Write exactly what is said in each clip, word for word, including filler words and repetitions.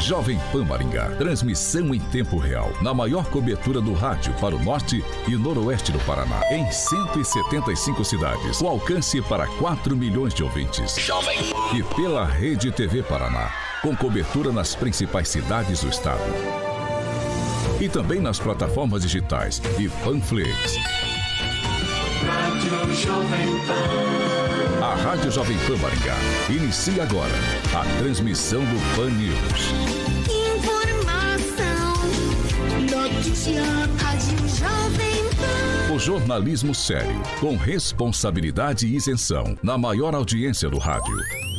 Jovem Pan Maringá. Transmissão em tempo real. Na maior cobertura do rádio para o norte e noroeste do Paraná. Em cento e setenta e cinco cidades. Com alcance para quatro milhões de ouvintes. Jovem Pan. E pela Rede T V Paraná. Com cobertura nas principais cidades do estado. E também nas plataformas digitais e Panflix. Rádio Jovem Pan. A Rádio Jovem Pan Maringá inicia agora a transmissão do Pan News. Informação, notícia, Rádio Jovem Pan. O jornalismo sério, com responsabilidade e isenção, na maior audiência do rádio.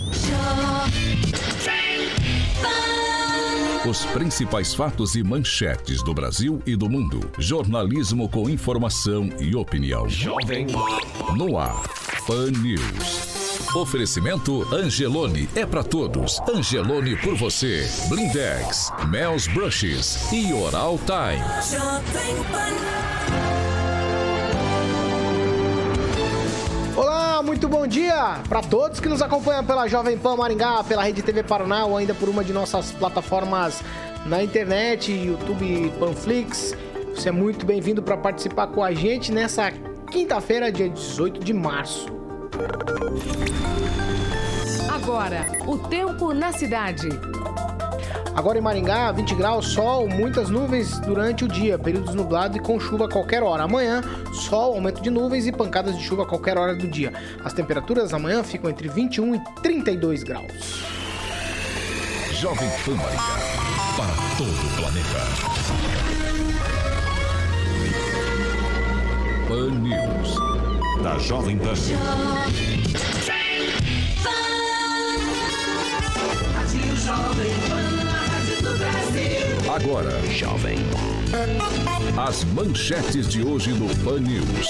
Os principais fatos e manchetes do Brasil e do mundo. Jornalismo com informação e opinião. Jovem no ar. Pan News. Oferecimento Angelone é pra todos. Angelone por você. Blindex, Mel's Brushes e Oral Time. Olá, muito bom dia para todos que nos acompanham pela Jovem Pan Maringá, pela Rede T V Paraná ou ainda por uma de nossas plataformas na internet, YouTube, Panflix. Você é muito bem-vindo para participar com a gente nessa quinta-feira, dia dezoito de março. Agora, o tempo na cidade. Agora em Maringá, vinte graus, sol, muitas nuvens durante o dia, períodos nublados e com chuva a qualquer hora. Amanhã, sol, aumento de nuvens e pancadas de chuva a qualquer hora do dia. As temperaturas amanhã ficam entre vinte e um e trinta e dois graus. Jovem Pan Maringá, para todo o planeta. Pan News, da Jovem Pan. Agora, Jovem. As manchetes de hoje no Pan News.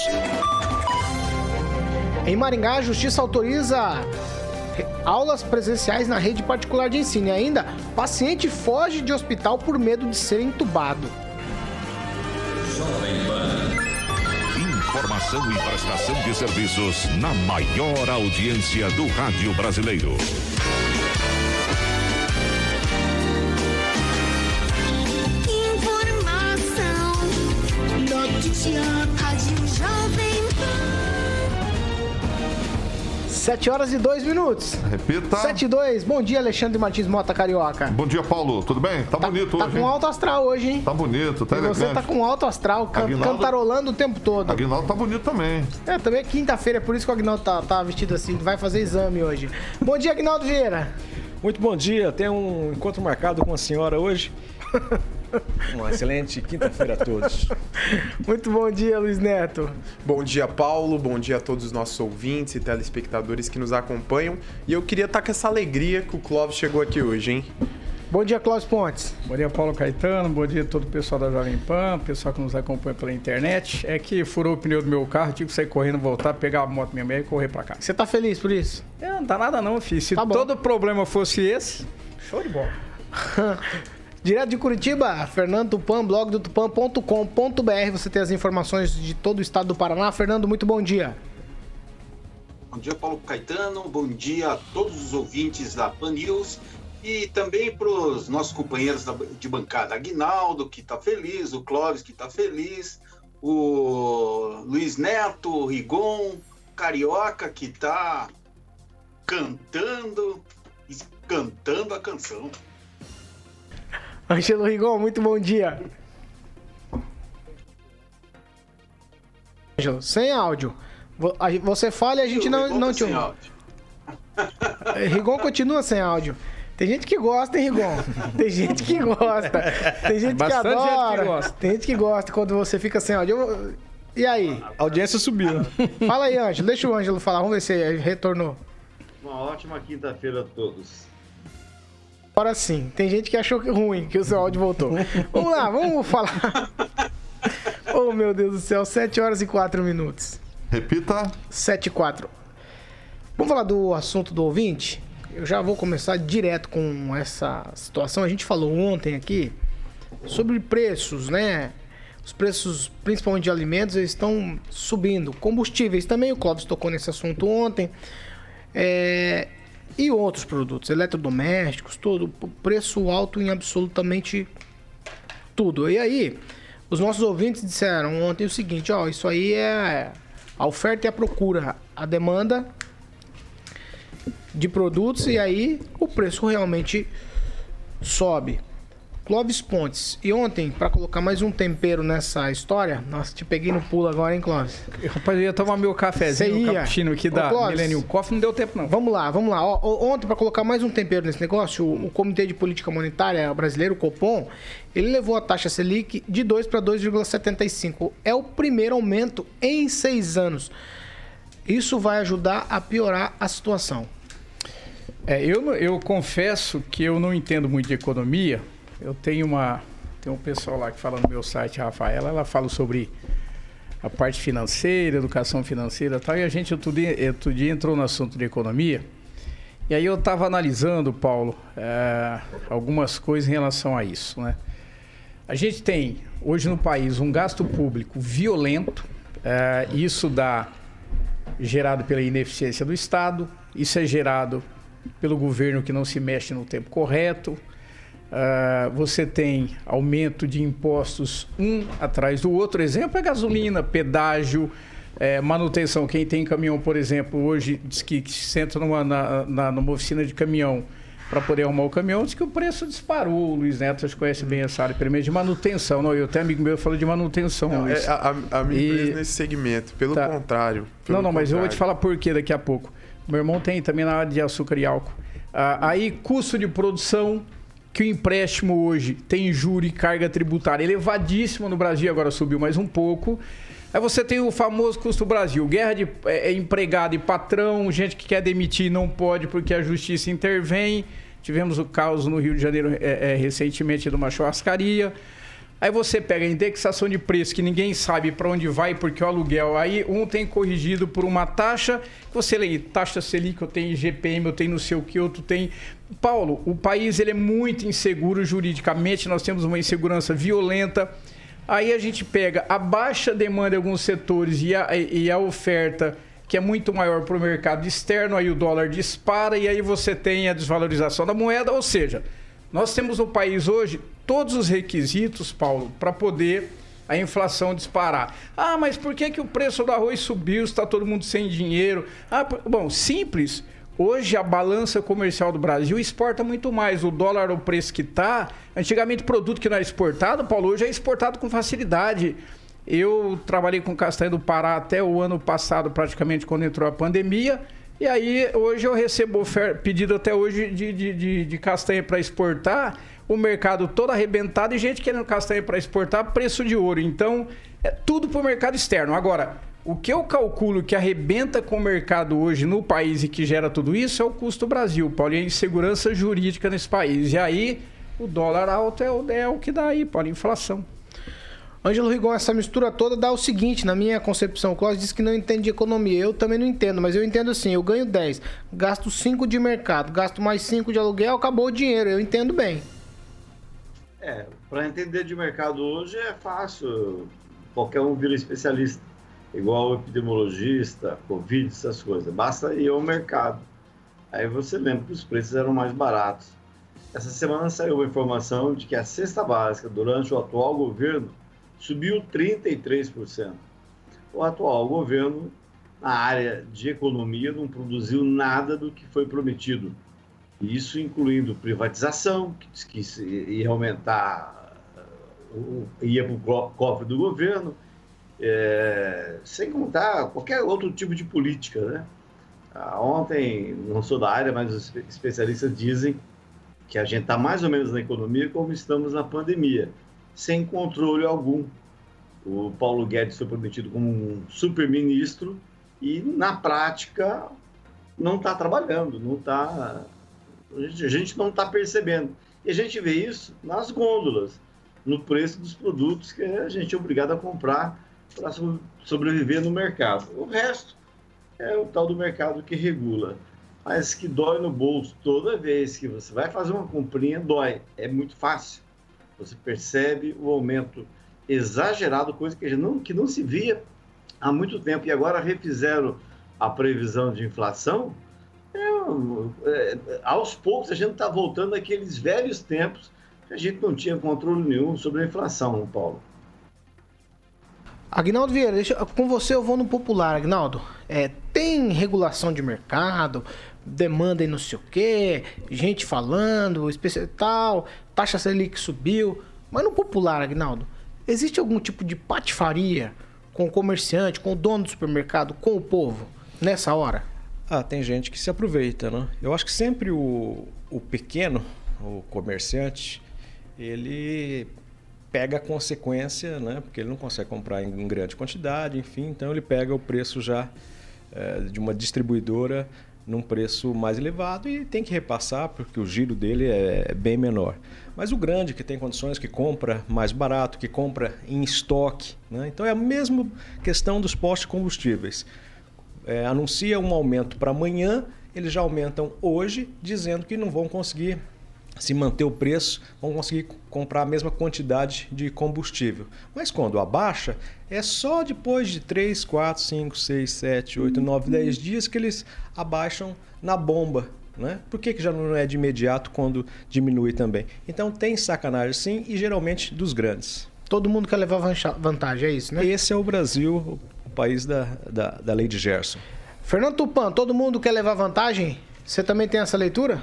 Em Maringá, a Justiça autoriza aulas presenciais na rede particular de ensino. E ainda, paciente foge de hospital por medo de ser entubado. Jovem Pan. Informação e prestação de serviços na maior audiência do rádio brasileiro. Notícia, Rádio Jovem Pan. sete horas e dois minutos. Repita. sete e dois. Bom dia, Alexandre Martins Mota, Carioca. Bom dia, Paulo. Tudo bem? Tá, tá bonito tá hoje, Tá com hein? alto astral hoje, hein? Tá bonito, tá e elegante. você tá com alto astral, can Aguinaldo... cantarolando o tempo todo. Aguinaldo tá bonito também. É, também é quinta-feira, é por isso que o Aguinaldo tá, tá vestido assim, vai fazer exame hoje. Bom dia, Aguinaldo Vieira. Muito bom dia, tem um encontro marcado com a senhora hoje. Uma excelente quinta-feira a todos. Muito bom dia, Luiz Neto. Bom dia, Paulo. Bom dia a todos os nossos ouvintes e telespectadores que nos acompanham. E eu queria estar com essa alegria que o Clóvis chegou aqui hoje, hein? Bom dia, Clóvis Pontes. Bom dia, Paulo Caetano. Bom dia a todo o pessoal da Jovem Pan, pessoal que nos acompanha pela internet. É que furou o pneu do meu carro, tive que sair correndo, voltar, pegar a moto minha mulher e correr pra cá. Você tá feliz por isso? É, não tá nada não, filho. Se tá todo problema fosse esse, show de bola. Direto de Curitiba, Fernando Tupan, blog do tupan ponto com ponto b r. Você tem as informações de todo o estado do Paraná. Fernando, muito bom dia. Bom dia, Paulo Caetano. Bom dia a todos os ouvintes da Pan News e também para os nossos companheiros de bancada. Aguinaldo, que está feliz, o Clóvis, que está feliz, o Luiz Neto, o Rigon, Carioca, que está cantando, cantando a canção. Ângelo Rigon, muito bom dia. Ângelo, sem áudio. Você fala e a gente não, não te ouve. Rigon continua sem áudio. Tem gente que gosta, hein, Rigon? Tem gente que gosta. Tem gente que adora. Gente que gosta. Tem gente que gosta quando você fica sem áudio. E aí? A audiência subiu. Fala aí, Ângelo. Deixa o Ângelo falar. Vamos ver se ele retornou. Uma ótima quinta-feira a todos. Agora sim, tem gente que achou ruim que o seu áudio voltou. Vamos lá, vamos falar. Oh, meu Deus do céu, sete horas e quatro minutos. Repita. sete e quatro. Vamos falar do assunto do ouvinte? Eu já vou começar direto com essa situação. A gente falou ontem aqui sobre preços, né? Os preços, principalmente de alimentos, eles estão subindo. Combustíveis também, o Clóvis tocou nesse assunto ontem. É... e outros produtos, eletrodomésticos, tudo, preço alto em absolutamente tudo. E aí, os nossos ouvintes disseram ontem o seguinte, ó, isso aí é a oferta e a procura, a demanda de produtos e aí o preço realmente sobe. Clóvis Pontes, e ontem, para colocar mais um tempero nessa história, nossa, te peguei no pulo agora, hein, Clóvis? Rapaz, eu ia tomar meu cafezinho, um cappuccino aqui da Millennium Coffee, não deu tempo não. Vamos lá, vamos lá. Ó, ontem, para colocar mais um tempero nesse negócio, o, o Comitê de Política Monetária Brasileiro, o Copom, ele levou a taxa Selic de dois para dois vírgula setenta e cinco. É o primeiro aumento em seis anos. Isso vai ajudar a piorar a situação. É, eu, eu confesso que eu não entendo muito de economia. Eu tenho uma... Tem um pessoal lá que fala no meu site, a Rafaela, ela fala sobre a parte financeira, educação financeira e tal, e a gente outro dia, outro dia entrou no assunto de economia, e aí eu estava analisando, Paulo, é, algumas coisas em relação a isso, né? A gente tem, hoje no país, um gasto público violento, é, isso dá gerado pela ineficiência do Estado, isso é gerado pelo governo que não se mexe no tempo correto. Uh, você tem aumento de impostos um atrás do outro. Exemplo é gasolina, pedágio, é, manutenção. Quem tem caminhão, por exemplo, hoje diz que, que se entra numa, na, na, numa oficina de caminhão para poder arrumar o caminhão, diz que o preço disparou. O Luiz Neto, vocês conhecem bem essa área, pelo menos de manutenção. Não, eu até amigo meu falou de manutenção. Não, é a, a minha e... empresa nesse segmento, pelo tá. contrário. Pelo não, não, mas contrário. eu vou te falar por quê daqui a pouco. Meu irmão tem também na área de açúcar e álcool. Uh, aí, custo de produção, que o empréstimo hoje tem juros e carga tributária elevadíssima no Brasil, agora subiu mais um pouco. Aí você tem o famoso custo Brasil, guerra de é, empregado e patrão, gente que quer demitir não pode porque a justiça intervém. Tivemos o caos no Rio de Janeiro é, é, recentemente de uma churrascaria. Aí você pega a indexação de preço, que ninguém sabe para onde vai, porque o aluguel, aí um tem corrigido por uma taxa, você lê, taxa Selic, eu tenho I G P M, eu tenho não sei o que, outro tem... Paulo, o país ele é muito inseguro juridicamente, nós temos uma insegurança violenta, aí a gente pega a baixa demanda em alguns setores e a, e a oferta, que é muito maior para o mercado externo, aí o dólar dispara e aí você tem a desvalorização da moeda, ou seja, nós temos no país hoje todos os requisitos, Paulo, para poder a inflação disparar. Ah, mas por que, que o preço do arroz subiu, está todo mundo sem dinheiro? Ah, bom, simples. Hoje a balança comercial do Brasil exporta muito mais. O dólar, o preço que está, antigamente produto que não era exportado, Paulo, hoje é exportado com facilidade. Eu trabalhei com castanha do Pará até o ano passado, praticamente, quando entrou a pandemia. E aí, hoje eu recebo pedido até hoje de, de, de, de castanha para exportar, o mercado todo arrebentado e gente querendo castanha para exportar, preço de ouro. Então, é tudo para o mercado externo. Agora, o que eu calculo que arrebenta com o mercado hoje no país e que gera tudo isso é o custo Brasil, Paulo, e a insegurança jurídica nesse país. E aí, o dólar alto é o, é o que dá aí, Paulo, a inflação. Ângelo Rigon, essa mistura toda dá o seguinte, na minha concepção, o Cláudio disse que não entende de economia, eu também não entendo, mas eu entendo assim, eu ganho dez, gasto cinco de mercado, gasto mais cinco de aluguel, acabou o dinheiro, eu entendo bem. É, para entender de mercado hoje é fácil, qualquer um vira especialista, igual o epidemiologista, Covid, essas coisas, basta ir ao mercado, aí você lembra que os preços eram mais baratos. Essa semana saiu a informação de que a cesta básica durante o atual governo subiu trinta e três por cento. O atual governo, na área de economia, não produziu nada do que foi prometido. Isso incluindo privatização, que diz que ia aumentar, ia para o cofre do governo, é, sem contar qualquer outro tipo de política, né? Ontem, não sou da área, mas os especialistas dizem que a gente está mais ou menos na economia como estamos na pandemia, sem controle algum. O Paulo Guedes foi prometido como um super-ministro e, na prática, não está trabalhando, não tá, a gente não está percebendo. E a gente vê isso nas gôndolas, no preço dos produtos que a gente é obrigado a comprar para sobreviver no mercado. O resto é o tal do mercado que regula, mas que dói no bolso toda vez que você vai fazer uma comprinha, dói. É muito fácil. Você percebe o aumento exagerado, coisa que não, que não se via há muito tempo. E agora refizeram a previsão de inflação É, é, aos poucos a gente está voltando àqueles velhos tempos que a gente não tinha controle nenhum sobre a inflação, Paulo. Aguinaldo Vieira, deixa, com você eu vou no popular, Aguinaldo. É, tem regulação de mercado, demanda e não sei o quê, gente falando, especial tal, taxa Selic subiu. Mas no popular, Aguinaldo, existe algum tipo de patifaria com o comerciante, com o dono do supermercado, com o povo, nessa hora? Ah, tem gente que se aproveita, né? Eu acho que sempre o, o pequeno, o comerciante, ele pega a consequência, né? Porque ele não consegue comprar em grande quantidade, enfim, então ele pega o preço já é, de uma distribuidora num preço mais elevado e tem que repassar porque o giro dele é bem menor. Mas o grande, que tem condições, que compra mais barato, que compra em estoque, né? Então é a mesma questão dos postos de combustíveis. É, anuncia um aumento para amanhã, eles já aumentam hoje, dizendo que não vão conseguir se manter o preço, vão conseguir comprar a mesma quantidade de combustível. Mas quando abaixa, é só depois de três, quatro, cinco, seis, sete, oito, nove, dez dias que eles abaixam na bomba, né? Por que que já não é de imediato quando diminui também? Então tem sacanagem sim, e geralmente dos grandes. Todo mundo quer levar vantagem, é isso, né? Esse é o Brasil, o país da, da, da lei de Gerson. Fernando Tupan, todo mundo quer levar vantagem? Você também tem essa leitura?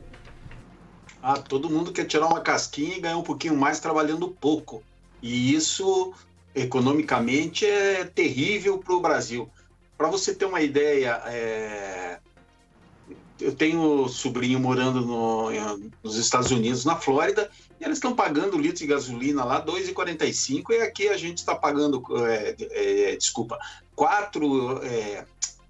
Ah, todo mundo quer tirar uma casquinha e ganhar um pouquinho mais trabalhando pouco. E isso, economicamente, é terrível para o Brasil. Para você ter uma ideia, é... eu tenho sobrinho morando no... nos Estados Unidos, na Flórida, e eles estão pagando litro de gasolina lá dois reais e quarenta e cinco centavos, e aqui a gente está pagando, é, é, desculpa, quatro... É...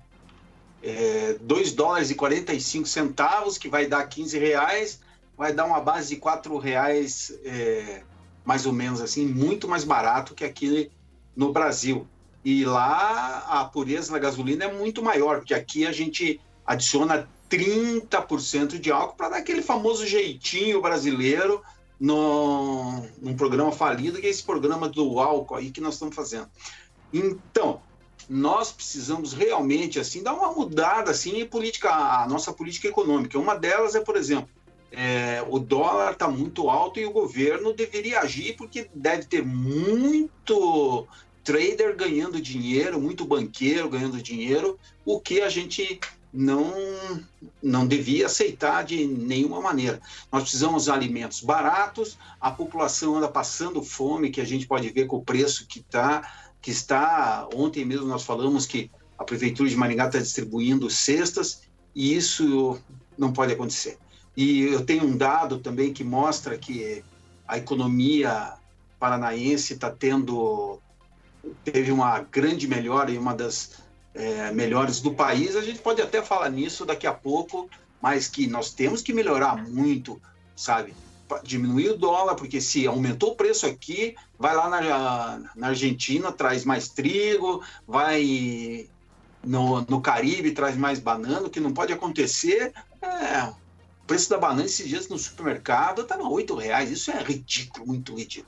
É, dois dólares e quarenta e cinco centavos, que vai dar quinze reais, vai dar uma base de quatro reais, é, mais ou menos assim, muito mais barato que aqui no Brasil. E lá a pureza da gasolina é muito maior, porque aqui a gente adiciona trinta por cento de álcool para dar aquele famoso jeitinho brasileiro no, num programa falido, que é esse programa do álcool aí que nós estamos fazendo. Então, nós precisamos realmente assim dar uma mudada assim em política, a nossa política econômica. Uma delas é, por exemplo, é, o dólar está muito alto e o governo deveria agir, porque deve ter muito trader ganhando dinheiro, muito banqueiro ganhando dinheiro, o que a gente não, não devia aceitar de nenhuma maneira. Nós precisamos de alimentos baratos, a população anda passando fome, que a gente pode ver com o preço que está... que está, ontem mesmo nós falamos que a Prefeitura de Maringá está distribuindo cestas, e isso não pode acontecer. E eu tenho um dado também que mostra que a economia paranaense está tendo, teve uma grande melhora e uma das é, melhores do país. A gente pode até falar nisso daqui a pouco, mas que nós temos que melhorar muito, sabe? Diminuir o dólar, porque se aumentou o preço aqui, vai lá na, na Argentina, traz mais trigo, vai no, no Caribe, traz mais banana. O que não pode acontecer é... o preço da banana esses dias no supermercado estava oito reais. Isso é ridículo, muito ridículo.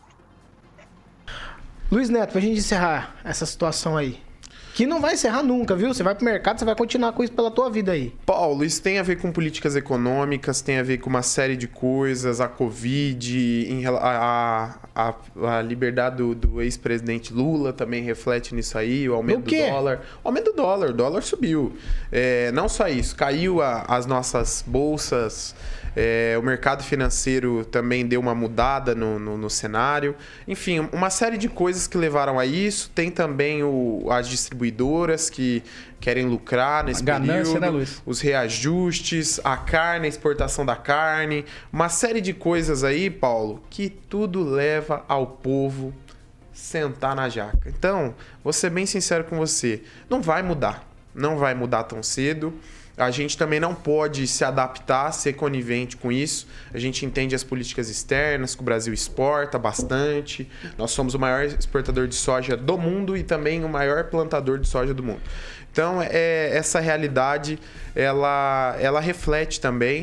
Luiz Neto, pra gente encerrar essa situação aí. Que não vai encerrar nunca, viu? Você vai pro mercado, você vai continuar com isso pela tua vida aí. Paulo, isso tem a ver com políticas econômicas, tem a ver com uma série de coisas, a Covid, a, a, a liberdade do, do ex-presidente Lula também reflete nisso aí, o aumento do dólar. O aumento do dólar, o dólar subiu. É, não só isso, caiu a, as nossas bolsas, é, o mercado financeiro também deu uma mudada no, no, no cenário. Enfim, uma série de coisas que levaram a isso. Tem também o, as distribuidoras que querem lucrar nesse ganância, período, né, Luiz? os reajustes, a carne, a exportação da carne, uma série de coisas aí, Paulo, que tudo leva ao povo sentar na jaca. Então, vou ser bem sincero com você, não vai mudar, não vai mudar tão cedo. A gente também não pode se adaptar, ser conivente com isso. A gente entende as políticas externas, que o Brasil exporta bastante. Nós somos o maior exportador de soja do mundo e também o maior plantador de soja do mundo. Então, é, essa realidade, ela, ela reflete também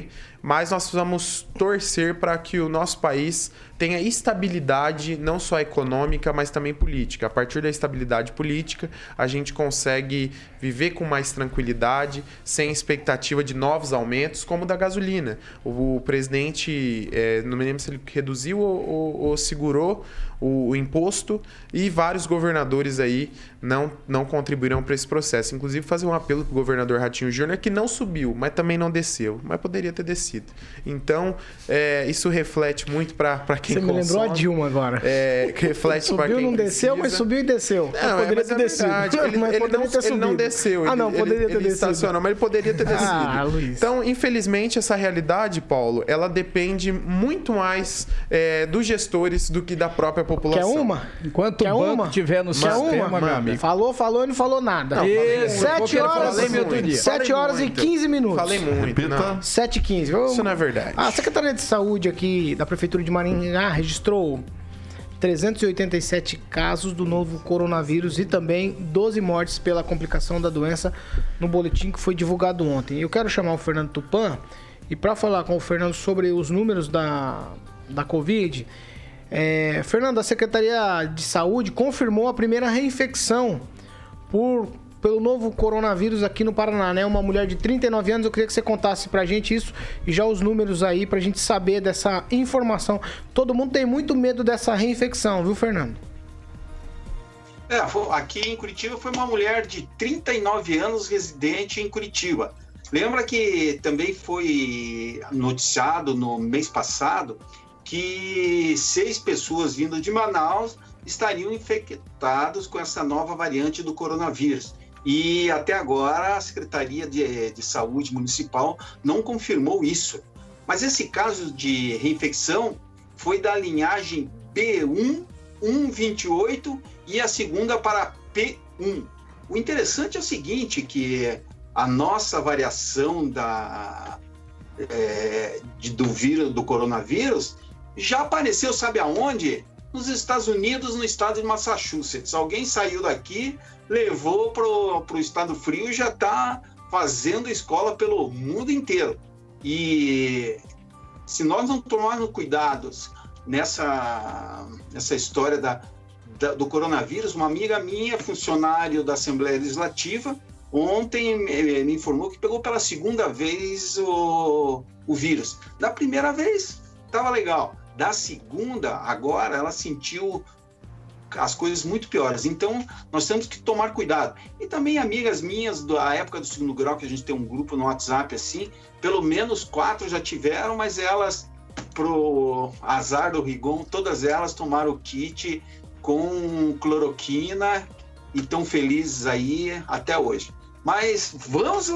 mas nós precisamos torcer para que o nosso país tenha estabilidade, não só econômica, mas também política. A partir da estabilidade política, a gente consegue viver com mais tranquilidade, sem expectativa de novos aumentos, como o da gasolina. O, o presidente, é, não me lembro se ele reduziu ou, ou, ou segurou o, o imposto, e vários governadores aí não, não contribuirão para esse processo. Inclusive, fazer um apelo para o governador Ratinho Júnior, que não subiu, mas também não desceu, mas poderia ter descido. Então, é, isso reflete muito para quem Você me consome. lembrou a Dilma agora. É, que reflete para quem Subiu, não desceu, precisa. mas subiu e desceu. Não, poderia é, ter é descido. verdade. Ele, mas ele, poderia não, ter ele não subido. desceu. Ah, não, ele, poderia ele, ter ele descido. estacionou, mas ele poderia ter descido. Ah, Luiz. Então, infelizmente, essa realidade, Paulo, ela depende muito mais é, dos gestores do que da própria população. Quer uma? Enquanto Quer o banco uma? tiver no Quer sistema, uma? meu amigo. Falou, falou e não falou nada. Não, falei Isso, muito. Sete eu horas, falei outro dia. sete horas e quinze minutos. Falei muito. Repita. Não. sete e quinze. Eu... Isso não é verdade. A Secretaria de Saúde aqui da Prefeitura de Maringá registrou trezentos e oitenta e sete casos do novo coronavírus e também doze mortes pela complicação da doença no boletim que foi divulgado ontem. Eu quero chamar o Fernando Tupan e para falar com o Fernando sobre os números da, da Covid, é, Fernando, a Secretaria de Saúde confirmou a primeira reinfecção por... pelo novo coronavírus aqui no Paraná, né? Uma mulher de trinta e nove anos. Eu queria que você contasse pra gente isso e já os números aí pra gente saber dessa informação. Todo mundo tem muito medo dessa reinfecção, viu, Fernando? É, aqui em Curitiba foi uma mulher de trinta e nove anos residente em Curitiba. Lembra que também foi noticiado no mês passado que seis pessoas vindas de Manaus estariam infectadas com essa nova variante do coronavírus. E até agora a Secretaria de, de Saúde Municipal não confirmou isso. Mas esse caso de reinfecção foi da linhagem B um um vinte e oito e a segunda para P um. O interessante é o seguinte, que a nossa variação da, é, de, do vírus, do coronavírus já apareceu, sabe aonde? Nos Estados Unidos, no estado de Massachusetts. Alguém saiu daqui, levou para o estado frio e já está fazendo escola pelo mundo inteiro. E se nós não tomarmos cuidados nessa, nessa história da, da, do coronavírus, uma amiga minha, funcionário da Assembleia Legislativa, ontem me, me informou que pegou pela segunda vez o, o vírus. Da primeira vez, estava legal. Da segunda, agora, ela sentiu as coisas muito piores. Então, nós temos que tomar cuidado. E também amigas minhas da época do segundo grau, que a gente tem um grupo no WhatsApp assim, pelo menos quatro já tiveram, mas elas, pro azar do Rigon, todas elas tomaram o kit com cloroquina e estão felizes aí até hoje. Mas vamos...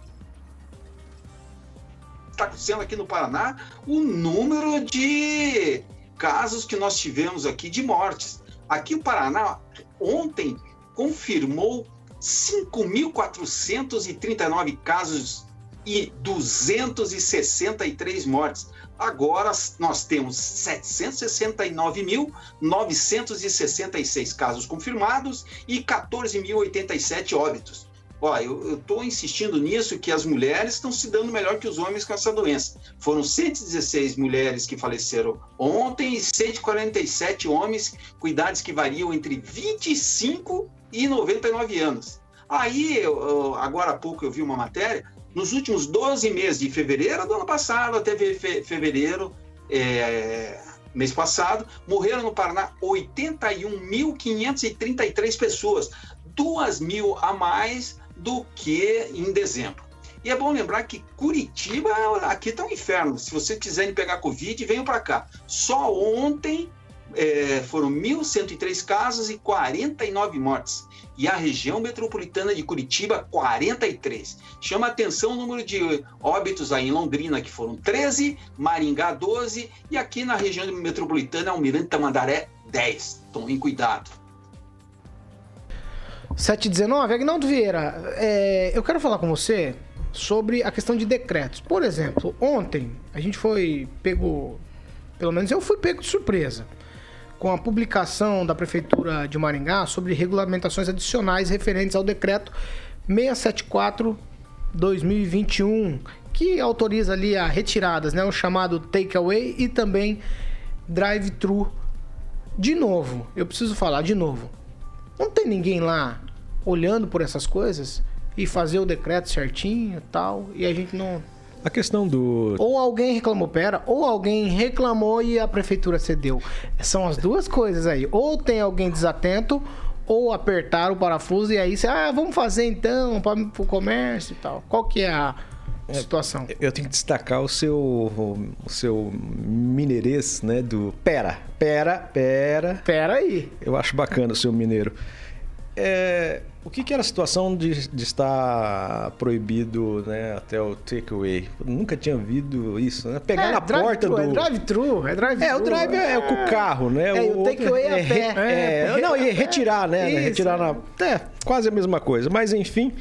está acontecendo aqui no Paraná, o número de casos que nós tivemos aqui de mortes. Aqui o Paraná, ontem, confirmou cinco mil quatrocentos e trinta e nove casos e duzentos e sessenta e três mortes. Agora nós temos setecentos e sessenta e nove mil novecentos e sessenta e seis casos confirmados e quatorze mil e oitenta e sete óbitos. Ó, eu estou insistindo nisso, que as mulheres estão se dando melhor que os homens com essa doença. Foram cento e dezesseis mulheres que faleceram ontem e cento e quarenta e sete homens com idades que variam entre vinte e cinco e noventa e nove anos. Aí, eu, agora há pouco eu vi uma matéria, nos últimos doze meses, de fevereiro do ano passado até fe, fevereiro, é, mês passado, morreram no Paraná oitenta e um mil quinhentas e trinta e três pessoas, duas mil a mais do que em dezembro. E é bom lembrar que Curitiba, aqui está um inferno. Se vocês quiserem pegar Covid, venham para cá. Só ontem é, foram mil cento e três casos e quarenta e nove mortes. E a região metropolitana de Curitiba, quarenta e três. Chama a atenção o número de óbitos aí em Londrina, que foram treze, Maringá, doze, e aqui na região metropolitana, Almirante Tamandaré, dez. Tomem cuidado. sete e dezenove, Agnaldo Vieira, é, eu quero falar com você sobre a questão de decretos. Por exemplo, ontem a gente foi pego, pelo menos eu fui pego de surpresa, com a publicação da Prefeitura de Maringá sobre regulamentações adicionais referentes ao decreto seiscentos e setenta e quatro dois mil e vinte e um, que autoriza ali a retiradas, né? O chamado takeaway e também drive-thru. De novo, eu preciso falar de novo. Não tem ninguém lá olhando por essas coisas e fazer o decreto certinho e tal, e a gente não... A questão do... Ou alguém reclamou, pera, ou alguém reclamou e a prefeitura cedeu. São as duas coisas aí. Ou tem alguém desatento, ou apertaram o parafuso e aí você, ah, vamos fazer então, para o comércio e tal. Qual que é a situação? Eu tenho que destacar o seu, o seu mineirês, né, do pera, pera, pera. Pera aí. Eu acho bacana o seu mineiro. É, o que, que era a situação de, de estar proibido, né, até o takeaway? Nunca tinha ouvido isso, né? Pegar é, na porta do... É drive-thru, é drive-thru. É, o drive é, é com o carro, né? É, o, o takeaway é a pé. É, é, não, e retirar, né? Isso, retirar na... É, quase a mesma coisa. Mas, enfim,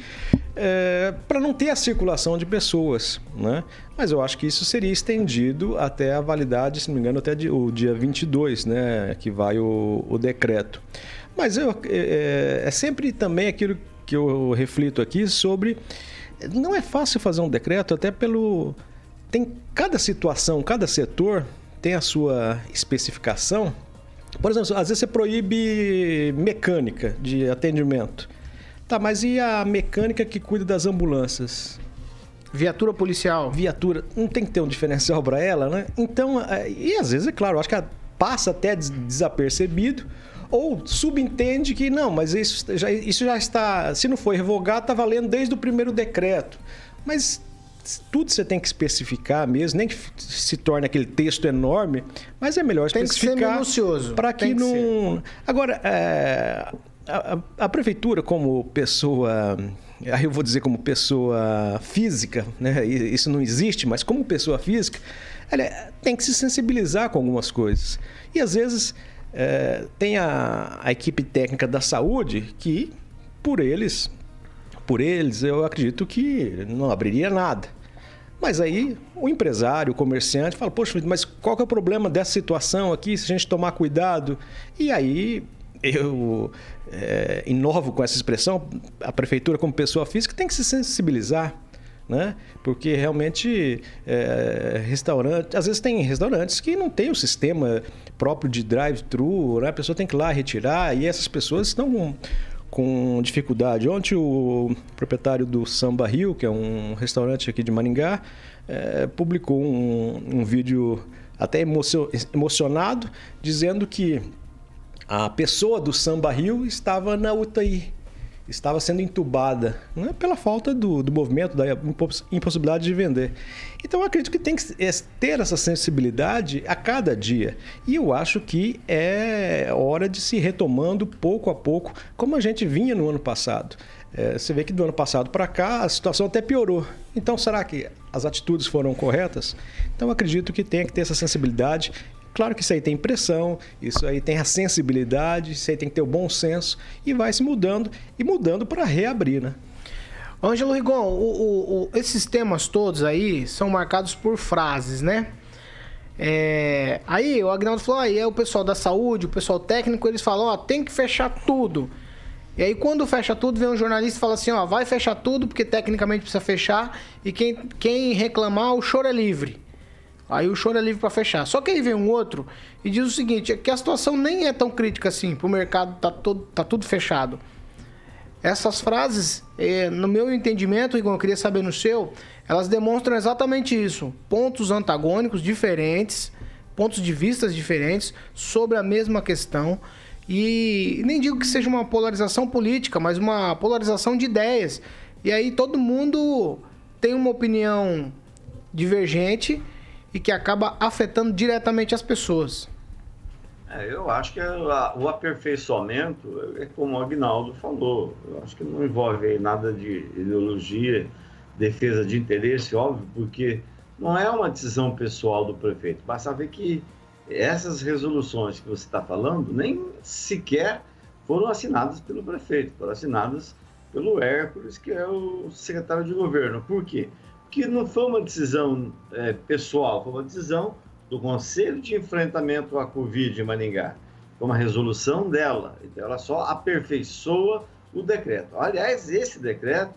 é, para não ter a circulação de pessoas, né? Mas eu acho que isso seria estendido até a validade, se não me engano, até o dia vinte e dois, né? Que vai o, o decreto. Mas eu, é, é sempre também aquilo que eu reflito aqui sobre... Não é fácil fazer um decreto, até pelo... Tem cada situação, cada setor tem a sua especificação. Por exemplo, às vezes você proíbe mecânica de atendimento. Tá, mas e a mecânica que cuida das ambulâncias? Viatura policial. Viatura. Não tem que ter um diferencial para ela, né? Então, e às vezes, é claro, acho que passa até desapercebido. Ou subentende que não, mas isso já, isso já está, se não foi revogado, está valendo desde o primeiro decreto. Mas tudo você tem que especificar mesmo, nem que se torne aquele texto enorme, mas é melhor tem especificar. Tem que ser minucioso. Para que, que não... Ser. Agora, é, a, a prefeitura como pessoa... Aí eu vou dizer como pessoa física, né? Isso não existe, mas como pessoa física, ela tem que se sensibilizar com algumas coisas. E às vezes... É, tem a, a equipe técnica da saúde que, por eles, por eles, eu acredito que não abriria nada. Mas aí o empresário, o comerciante fala, poxa, mas qual que é o problema dessa situação aqui, se a gente tomar cuidado? E aí eu é, inovo com essa expressão, a prefeitura como pessoa física tem que se sensibilizar. Né? Porque realmente é, restaurante, às vezes tem restaurantes que não tem o sistema próprio de drive-thru, né? A pessoa tem que ir lá retirar e essas pessoas estão com, com dificuldade. Ontem o proprietário do Samba Rio, que é um restaurante aqui de Maringá, é, publicou um, um vídeo até emocio, emocionado dizendo que a pessoa do Samba Rio estava na U T I. Estava sendo entubada, né, pela falta do, do movimento, da impossibilidade de vender. Então, eu acredito que tem que ter essa sensibilidade a cada dia. E eu acho que é hora de se ir retomando pouco a pouco, como a gente vinha no ano passado. É, você vê que do ano passado para cá a situação até piorou. Então, será que as atitudes foram corretas? Então, eu acredito que tem que ter essa sensibilidade. Claro que isso aí tem pressão, isso aí tem a sensibilidade, isso aí tem que ter o bom senso e vai se mudando e mudando para reabrir, né? Ângelo Rigon, o, o, o, esses temas todos aí são marcados por frases, né? É, aí o Agnaldo falou, aí é o pessoal da saúde, o pessoal técnico, eles falam, ó, tem que fechar tudo. E aí quando fecha tudo, vem um jornalista e fala assim, ó, vai fechar tudo porque tecnicamente precisa fechar e quem, quem reclamar, o choro é livre. Aí o choro é livre para fechar. Só que aí vem um outro e diz o seguinte, que a situação nem é tão crítica assim, pro mercado tá, todo, tá tudo fechado. Essas frases, eh, no meu entendimento, Igor, eu queria saber no seu, elas demonstram exatamente isso. Pontos antagônicos diferentes, pontos de vistas diferentes sobre a mesma questão. E nem digo que seja uma polarização política, mas uma polarização de ideias. E aí todo mundo tem uma opinião divergente e que acaba afetando diretamente as pessoas. É, eu acho que a, o aperfeiçoamento é como o Agnaldo falou. Eu acho que não envolve nada de ideologia, defesa de interesse, óbvio, porque não é uma decisão pessoal do prefeito. Basta ver que essas resoluções que você está falando nem sequer foram assinadas pelo prefeito, foram assinadas pelo Hércules, que é o secretário de governo. Por quê? Que não foi uma decisão é, pessoal, foi uma decisão do Conselho de Enfrentamento à Covid em Maringá. Foi uma resolução dela, então ela só aperfeiçoa o decreto. Aliás, esse decreto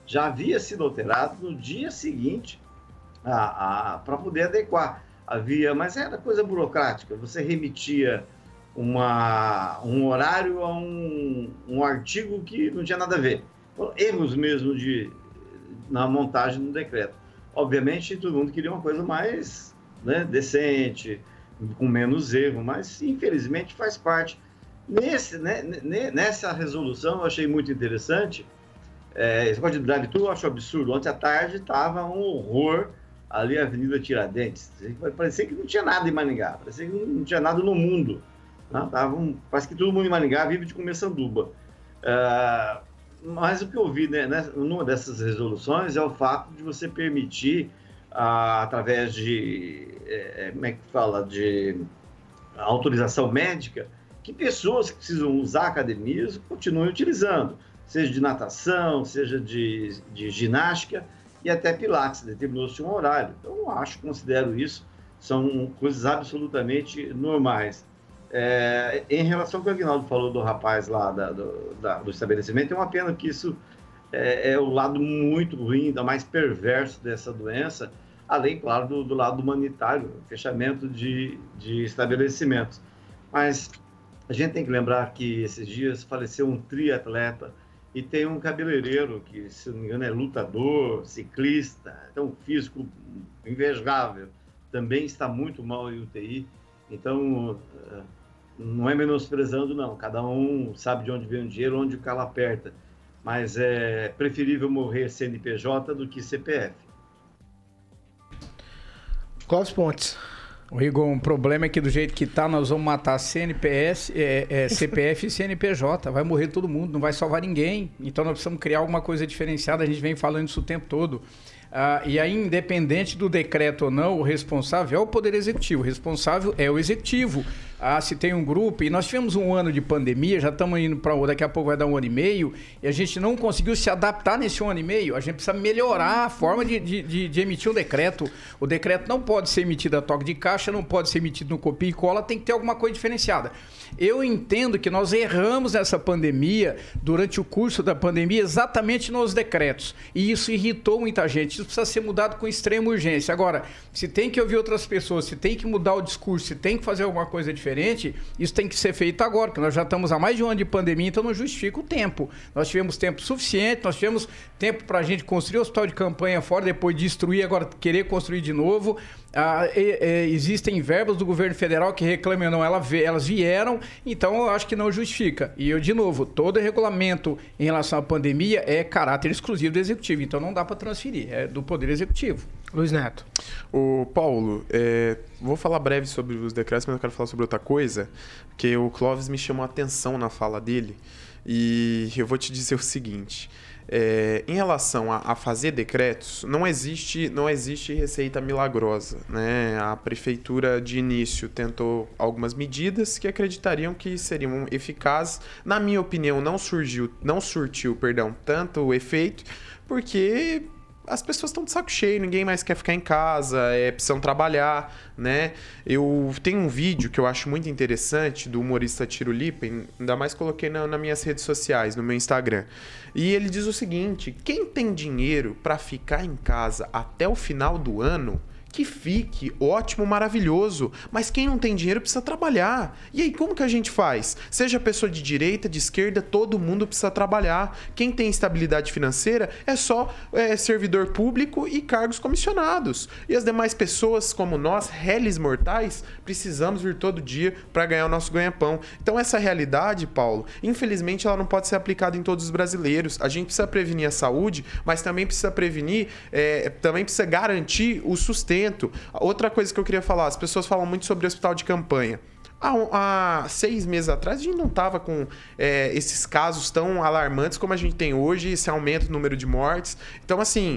já havia sido alterado no dia seguinte para poder adequar. Havia, mas era coisa burocrática, você remitia uma, um horário a um, um artigo que não tinha nada a ver. Erros mesmo de, na montagem do decreto. Obviamente, todo mundo queria uma coisa mais, né, decente, com menos erro, mas infelizmente faz parte. Nesse, né, nessa resolução eu achei muito interessante, é, esse negócio de drive-thru eu acho absurdo. Ontem à tarde estava um horror ali a Avenida Tiradentes. Parecia que não tinha nada em Maringá, parecia que não tinha nada no mundo. Né? Tava um, parece que todo mundo em Maringá vive de comer sanduba. Uh, mas o que eu vi, né, numa dessas resoluções é o fato de você permitir, uh, através de, é, como é que fala, de autorização médica, que pessoas que precisam usar academias continuem utilizando, seja de natação, seja de, de ginástica e até pilates, determinou-se um horário. Então, eu acho, considero isso, são coisas absolutamente normais. É, em relação ao que o Aguinaldo falou do rapaz lá da, do, da, do estabelecimento, é uma pena que isso é, é o lado muito ruim, ainda mais perverso dessa doença, além, claro, do, do lado humanitário, fechamento de, de estabelecimentos. Mas a gente tem que lembrar que esses dias faleceu um triatleta e tem um cabeleireiro que, se não me engano, é lutador, ciclista, tem um físico invejável, também está muito mal em U T I. Então, não é menosprezando, não. Cada um sabe de onde vem o dinheiro, onde o calo aperta. Mas é preferível morrer C N P J do que C P F. Clóvis Pontes. O Igor, um problema é que do jeito que tá, nós vamos matar C N P S, é, é, C P F e C N P J. Vai morrer todo mundo, não vai salvar ninguém. Então nós precisamos criar alguma coisa diferenciada, a gente vem falando isso o tempo todo. Ah, e aí, independente do decreto ou não, o responsável é o Poder Executivo. O responsável é o Executivo. Ah, se tem um grupo, e nós tivemos um ano de pandemia, já estamos indo para o daqui a pouco vai dar um ano e meio, e a gente não conseguiu se adaptar nesse um ano e meio. A gente precisa melhorar a forma de, de, de, de emitir um decreto. O decreto não pode ser emitido a toque de caixa, não pode ser emitido no copia e cola, tem que ter alguma coisa diferenciada. Eu entendo que nós erramos nessa pandemia, durante o curso da pandemia, exatamente nos decretos. E isso irritou muita gente. Isso precisa ser mudado com extrema urgência. Agora, se tem que ouvir outras pessoas, se tem que mudar o discurso, se tem que fazer alguma coisa diferente, isso tem que ser feito agora, porque nós já estamos há mais de um ano de pandemia, então não justifica o tempo. Nós tivemos tempo suficiente, nós tivemos tempo para a gente construir o hospital de campanha fora, depois destruir, agora querer construir de novo. Ah, e, e, existem verbas do governo federal que reclamam ou não, ela, elas vieram, então eu acho que não justifica. E eu, de novo, todo regulamento em relação à pandemia é caráter exclusivo do Executivo, então não dá para transferir, é do Poder Executivo. Luiz Neto. O Paulo, é, vou falar breve sobre os decretos, mas eu quero falar sobre outra coisa, porque o Clóvis me chamou a atenção na fala dele, e eu vou te dizer o seguinte... É, em relação a, a fazer decretos, não existe, não existe receita milagrosa, né? A prefeitura de início tentou algumas medidas que acreditariam que seriam eficazes. Na minha opinião, não surgiu, não surtiu, perdão, tanto o efeito, porque as pessoas estão de saco cheio, ninguém mais quer ficar em casa, é, precisam trabalhar, né? Eu tenho um vídeo que eu acho muito interessante do humorista Tiro Lippen, ainda mais coloquei na, nas minhas redes sociais, no meu Instagram. E ele diz o seguinte: quem tem dinheiro para ficar em casa até o final do ano, que fique, ótimo, maravilhoso. Mas quem não tem dinheiro precisa trabalhar. E aí, como que a gente faz? Seja pessoa de direita, de esquerda, todo mundo precisa trabalhar. Quem tem estabilidade financeira é só é, servidor público e cargos comissionados. E as demais pessoas, como nós, réis mortais, precisamos vir todo dia para ganhar o nosso ganha-pão. Então, essa realidade, Paulo, infelizmente, ela não pode ser aplicada em todos os brasileiros. A gente precisa prevenir a saúde, mas também precisa prevenir, é, também precisa garantir o sustento. Outra coisa que eu queria falar, as pessoas falam muito sobre hospital de campanha. Há, há seis meses atrás a gente não estava com é, esses casos tão alarmantes como a gente tem hoje, esse aumento no número de mortes. Então, assim,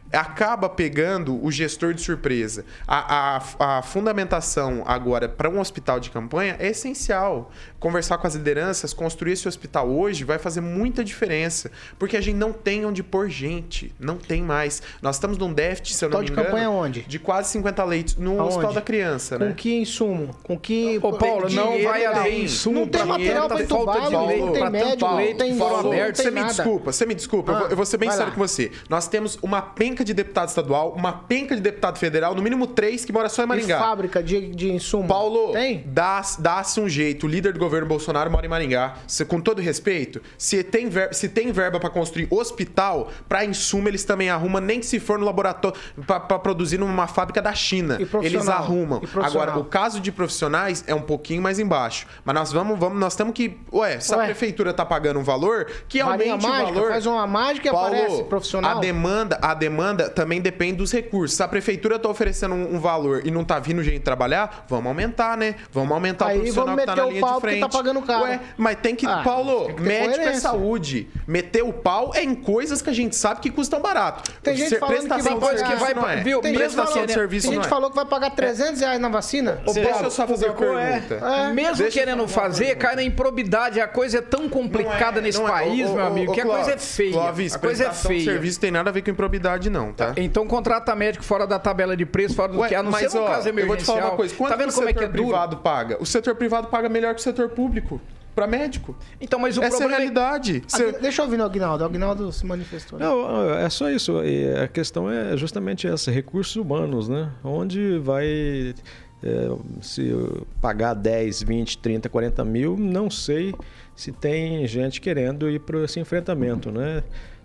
acaba pegando o gestor de surpresa. A, a, a fundamentação agora para um hospital de campanha é essencial. Conversar com as lideranças, construir esse hospital hoje vai fazer muita diferença, porque a gente não tem onde pôr gente, não tem mais. Nós estamos num déficit, se eu não me engano, Hospital de campanha onde? de quase cinquenta leitos no Aonde? Hospital da Criança, né? Com que insumo? Com que... Ô, Paulo, não dinheiro vai haver tem. insumo Não tem pra material tanta pra falta entubar, de não leito, tem pra médico, tanto não leito tem que valor, falou. não tem Você me nada. desculpa, você me desculpa, eu Ah, vou- eu vou ser bem vai sério lá. com você. Nós temos uma penca de deputado estadual, uma penca de deputado federal, no mínimo três que mora só em E Maringá. fábrica de, de insumo? Paulo, Tem? dá- dá-se um jeito. O líder do governo Bolsonaro mora em Maringá. Se- com todo respeito, se tem, ver- se tem verba pra construir hospital, pra insumo eles também arrumam, nem que se for no laboratório pra pra produzir numa fábrica da China. E profissional? Eles arrumam. E profissional? Agora, o caso de profissionais é um pouquinho mais embaixo. Mas nós vamos, vamos nós temos que. Ué, se Ué. a prefeitura tá pagando um valor, que Varinha aumente o mágica, valor. faz uma mágica e aparece profissional. A demanda, a demanda também depende dos recursos. Se a prefeitura tá oferecendo um, um valor e não tá vindo gente trabalhar, vamos aumentar, né? Vamos aumentar Aí o profissional vamos que tá meter na o linha pau de porque frente. tá pagando caro. Ué, mas tem que, Ah, Paulo, tem que ter médico é coerência. saúde. Meter o pau é em coisas que a gente sabe que custam barato. Tem gente Ser- falando que prestação vai de pagar- serviço que vai- não é. viu, Tem mesmo gente, prestação falando, de serviço tem não gente é. falou que vai pagar trezentos reais na vacina. Ô, Deixa eu só fazer uma Qual é? pergunta. É. Mesmo Deixa eu querendo fazer uma fazer, cai na improbidade. A coisa é tão complicada Não é, nesse não é. país, Ô, ô, meu ô, amigo, ô, que a coisa é Clóvis, feia. Clóvis, a coisa é prestação de feia. serviço tem nada a ver com improbidade, não, tá? Então contrata médico fora da tabela de preço, fora do Ué, que a não ser mas, no ó, caso eu vou te emergencial. falar uma coisa. Quanto Tá vendo o como é setor que é duro? privado paga? O setor privado paga melhor que o setor público. Pra médico. Então, mas o Essa é a problema é... realidade. Você- Agui- Deixa eu ouvir no Aguinaldo. O Aguinaldo se manifestou. né? Não, é só isso. E a questão é justamente essa, recursos humanos, né? Onde vai é, se pagar dez, vinte, trinta, quarenta mil, não sei se tem gente querendo ir para esse enfrentamento, né?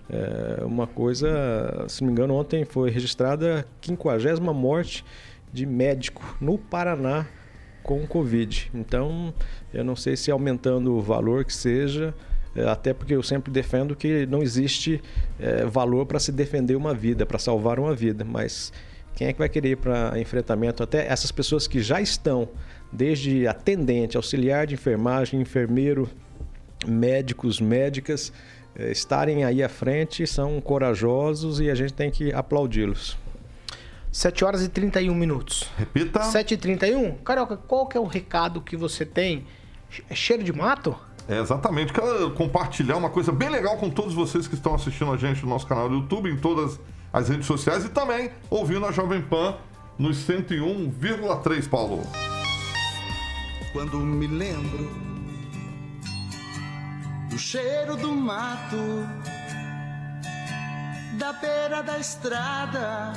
É uma coisa, se não me engano, ontem foi registrada a quinquagésima morte de médico no Paraná com Covid. Então, eu não sei se aumentando o valor que seja, é, até porque eu sempre defendo que não existe é, valor para se defender uma vida, para salvar uma vida, mas quem é que vai querer ir para enfrentamento? Até essas pessoas que já estão, desde atendente, auxiliar de enfermagem, enfermeiro, médicos, médicas, é, estarem aí à frente, são corajosos e a gente tem que aplaudi-los. sete horas e trinta e um minutos. Repita. sete e trinta e um. Carioca, qual que é o recado que você tem? É cheiro de mato? É, exatamente. Quero compartilhar uma coisa bem legal com todos vocês que estão assistindo a gente no nosso canal do YouTube, em todas as redes sociais e também ouvindo a Jovem Pan nos cento e um vírgula três, Paulo. Quando me lembro do cheiro do mato, da beira da estrada.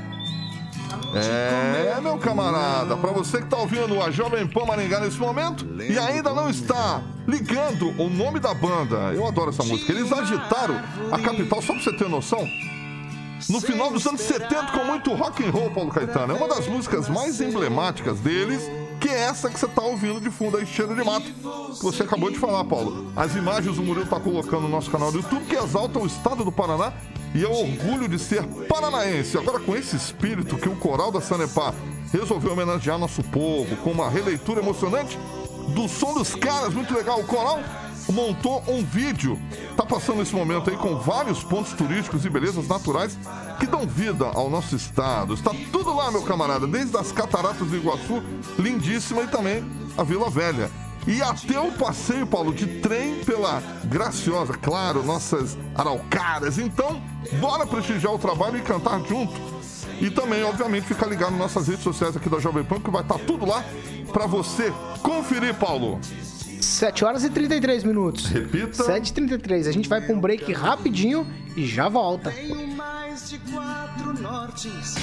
É, meu camarada, para você que tá ouvindo a Jovem Pan Maringá nesse momento e ainda não está ligando o nome da banda, eu adoro essa música. Eles agitaram a capital, só pra você ter noção, no final dos anos setenta com muito rock and roll, Paulo Caetano. É uma das músicas mais emblemáticas deles, que é essa que você tá ouvindo de fundo aí, Cheiro de Mato, que você acabou de falar, Paulo. As imagens o Murilo tá colocando no nosso canal do YouTube, que exaltam o estado do Paraná e é o orgulho de ser paranaense. Agora, com esse espírito que o Coral da Sanepar resolveu homenagear nosso povo, com uma releitura emocionante do Som dos Caras, muito legal. O Coral montou um vídeo, tá passando esse momento aí com vários pontos turísticos e belezas naturais que dão vida ao nosso estado. Está tudo lá, meu camarada, desde as cataratas do Iguaçu, lindíssima, e também a Vila Velha. E até o passeio, Paulo, de trem pela Graciosa, claro, nossas araucárias. Então, bora prestigiar o trabalho e cantar junto. E também, obviamente, ficar ligado nas nossas redes sociais aqui da Jovem Pan, que vai estar tudo lá para você conferir, Paulo. sete horas e trinta e três minutos. Repita. sete e trinta e três. A gente vai pra um break rapidinho e já volta. Tenho mais de quatro nortes.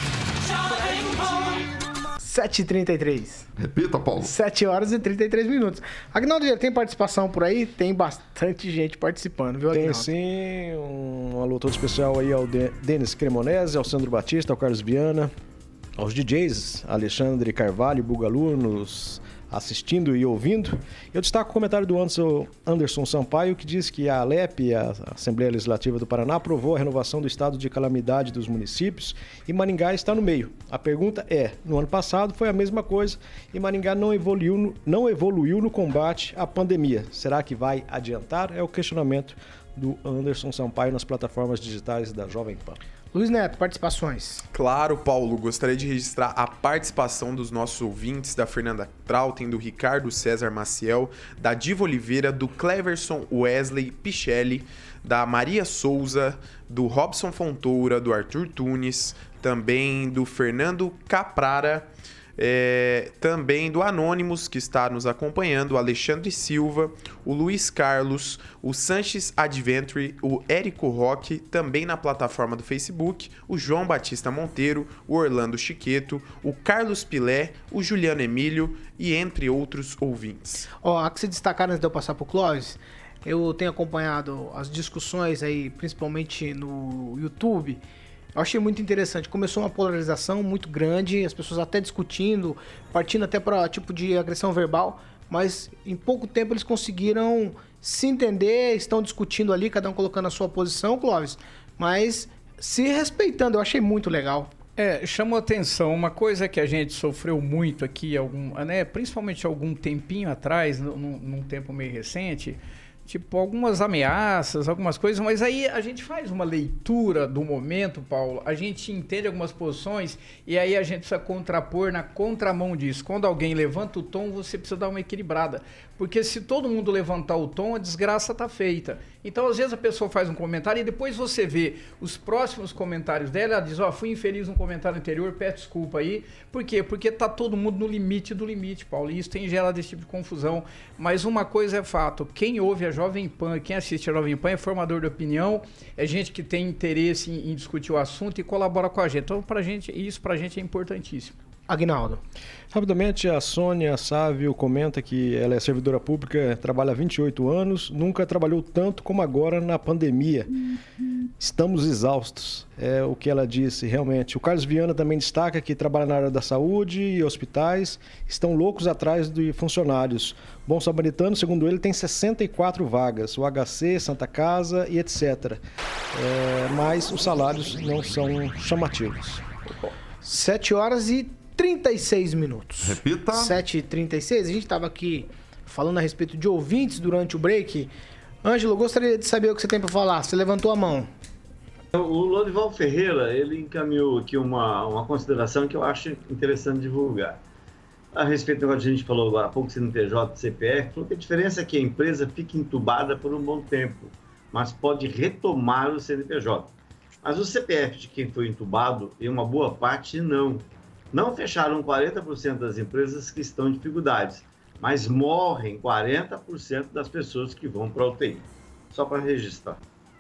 sete e trinta e três. Repita, Paulo. sete horas e trinta e três minutos. Agnaldo, já tem participação por aí? Tem bastante gente participando, viu, Tem Agnaldo? sim, um alô todo especial aí ao De- Denis Cremonese, ao Sandro Batista, ao Carlos Viana, aos D Js, Alexandre Carvalho, Bugalu, nos assistindo e ouvindo. Eu destaco o comentário do Anderson, Anderson Sampaio, que diz que a Alep, a Assembleia Legislativa do Paraná, aprovou a renovação do estado de calamidade dos municípios e Maringá está no meio. A pergunta é, no ano passado foi a mesma coisa e Maringá não evoluiu no, não evoluiu no combate à pandemia. Será que vai adiantar? É o questionamento do Anderson Sampaio nas plataformas digitais da Jovem Pan. Luiz Neto, participações. Claro, Paulo. Gostaria de registrar a participação dos nossos ouvintes, da Fernanda Trautem, do Ricardo César Maciel, da Diva Oliveira, do Cleverson Wesley Pichelli, da Maria Souza, do Robson Fontoura, do Arthur Tunes, também do Fernando Caprara, é, também do Anônimos, que está nos acompanhando, o Alexandre Silva, o Luiz Carlos, o Sanches Adventure, o Érico Roque, também na plataforma do Facebook, o João Batista Monteiro, o Orlando Chiqueto, o Carlos Pilé, o Juliano Emílio e entre outros ouvintes. Ó, há que se destacar antes de eu passar pro Clóvis, eu tenho acompanhado as discussões aí, principalmente no YouTube. Eu achei muito interessante. Começou uma polarização muito grande, as pessoas até discutindo, partindo até para tipo de agressão verbal, mas em pouco tempo eles conseguiram se entender, estão discutindo ali, cada um colocando a sua posição, Clóvis, mas se respeitando. Eu achei muito legal. É, chamou atenção, uma coisa que a gente sofreu muito aqui, algum, né, principalmente algum tempinho atrás, num, num tempo meio recente, tipo, algumas ameaças, algumas coisas, mas aí a gente faz uma leitura do momento, Paulo, a gente entende algumas posições e aí a gente precisa contrapor na contramão disso. Quando alguém levanta o tom, você precisa dar uma equilibrada, porque se todo mundo levantar o tom, a desgraça tá feita. Então, às vezes a pessoa faz um comentário e depois você vê os próximos comentários dela, ela diz, ó, oh, fui infeliz no comentário anterior, peço desculpa aí. Por quê? Porque tá todo mundo no limite do limite, Paulo, e isso tem gerado esse tipo de confusão. Mas uma coisa é fato, quem ouve a Jovem Pan, quem assiste a Jovem Pan é formador de opinião, é gente que tem interesse em, em discutir o assunto e colabora com a gente. Então, pra gente, isso pra gente é importantíssimo. Aguinaldo. Rapidamente, a Sônia Sávio comenta que ela é servidora pública, trabalha há vinte e oito anos, nunca trabalhou tanto como agora na pandemia. Estamos exaustos, é o que ela disse, realmente. O Carlos Viana também destaca que trabalha na área da saúde e hospitais, estão loucos atrás de funcionários. Bom Samaritano, segundo ele, tem sessenta e quatro vagas, o H C, Santa Casa e etcétera. É, mas os salários não são chamativos. sete horas e trinta e seis minutos. Repita. sete e trinta e seis. A gente estava aqui falando a respeito de ouvintes durante o break. Ângelo, gostaria de saber o que você tem para falar. Você levantou a mão. O Lorival Ferreira, ele encaminhou aqui uma, uma consideração que eu acho interessante divulgar. A respeito do que a gente falou agora há pouco, C N P J e C P F, falou que a diferença é que a empresa fica entubada por um bom tempo, mas pode retomar o C N P J. Mas o C P F de quem foi entubado, em uma boa parte, não. Não fecharam quarenta por cento das empresas que estão em dificuldades, mas morrem quarenta por cento das pessoas que vão para a U T I. Só para registrar.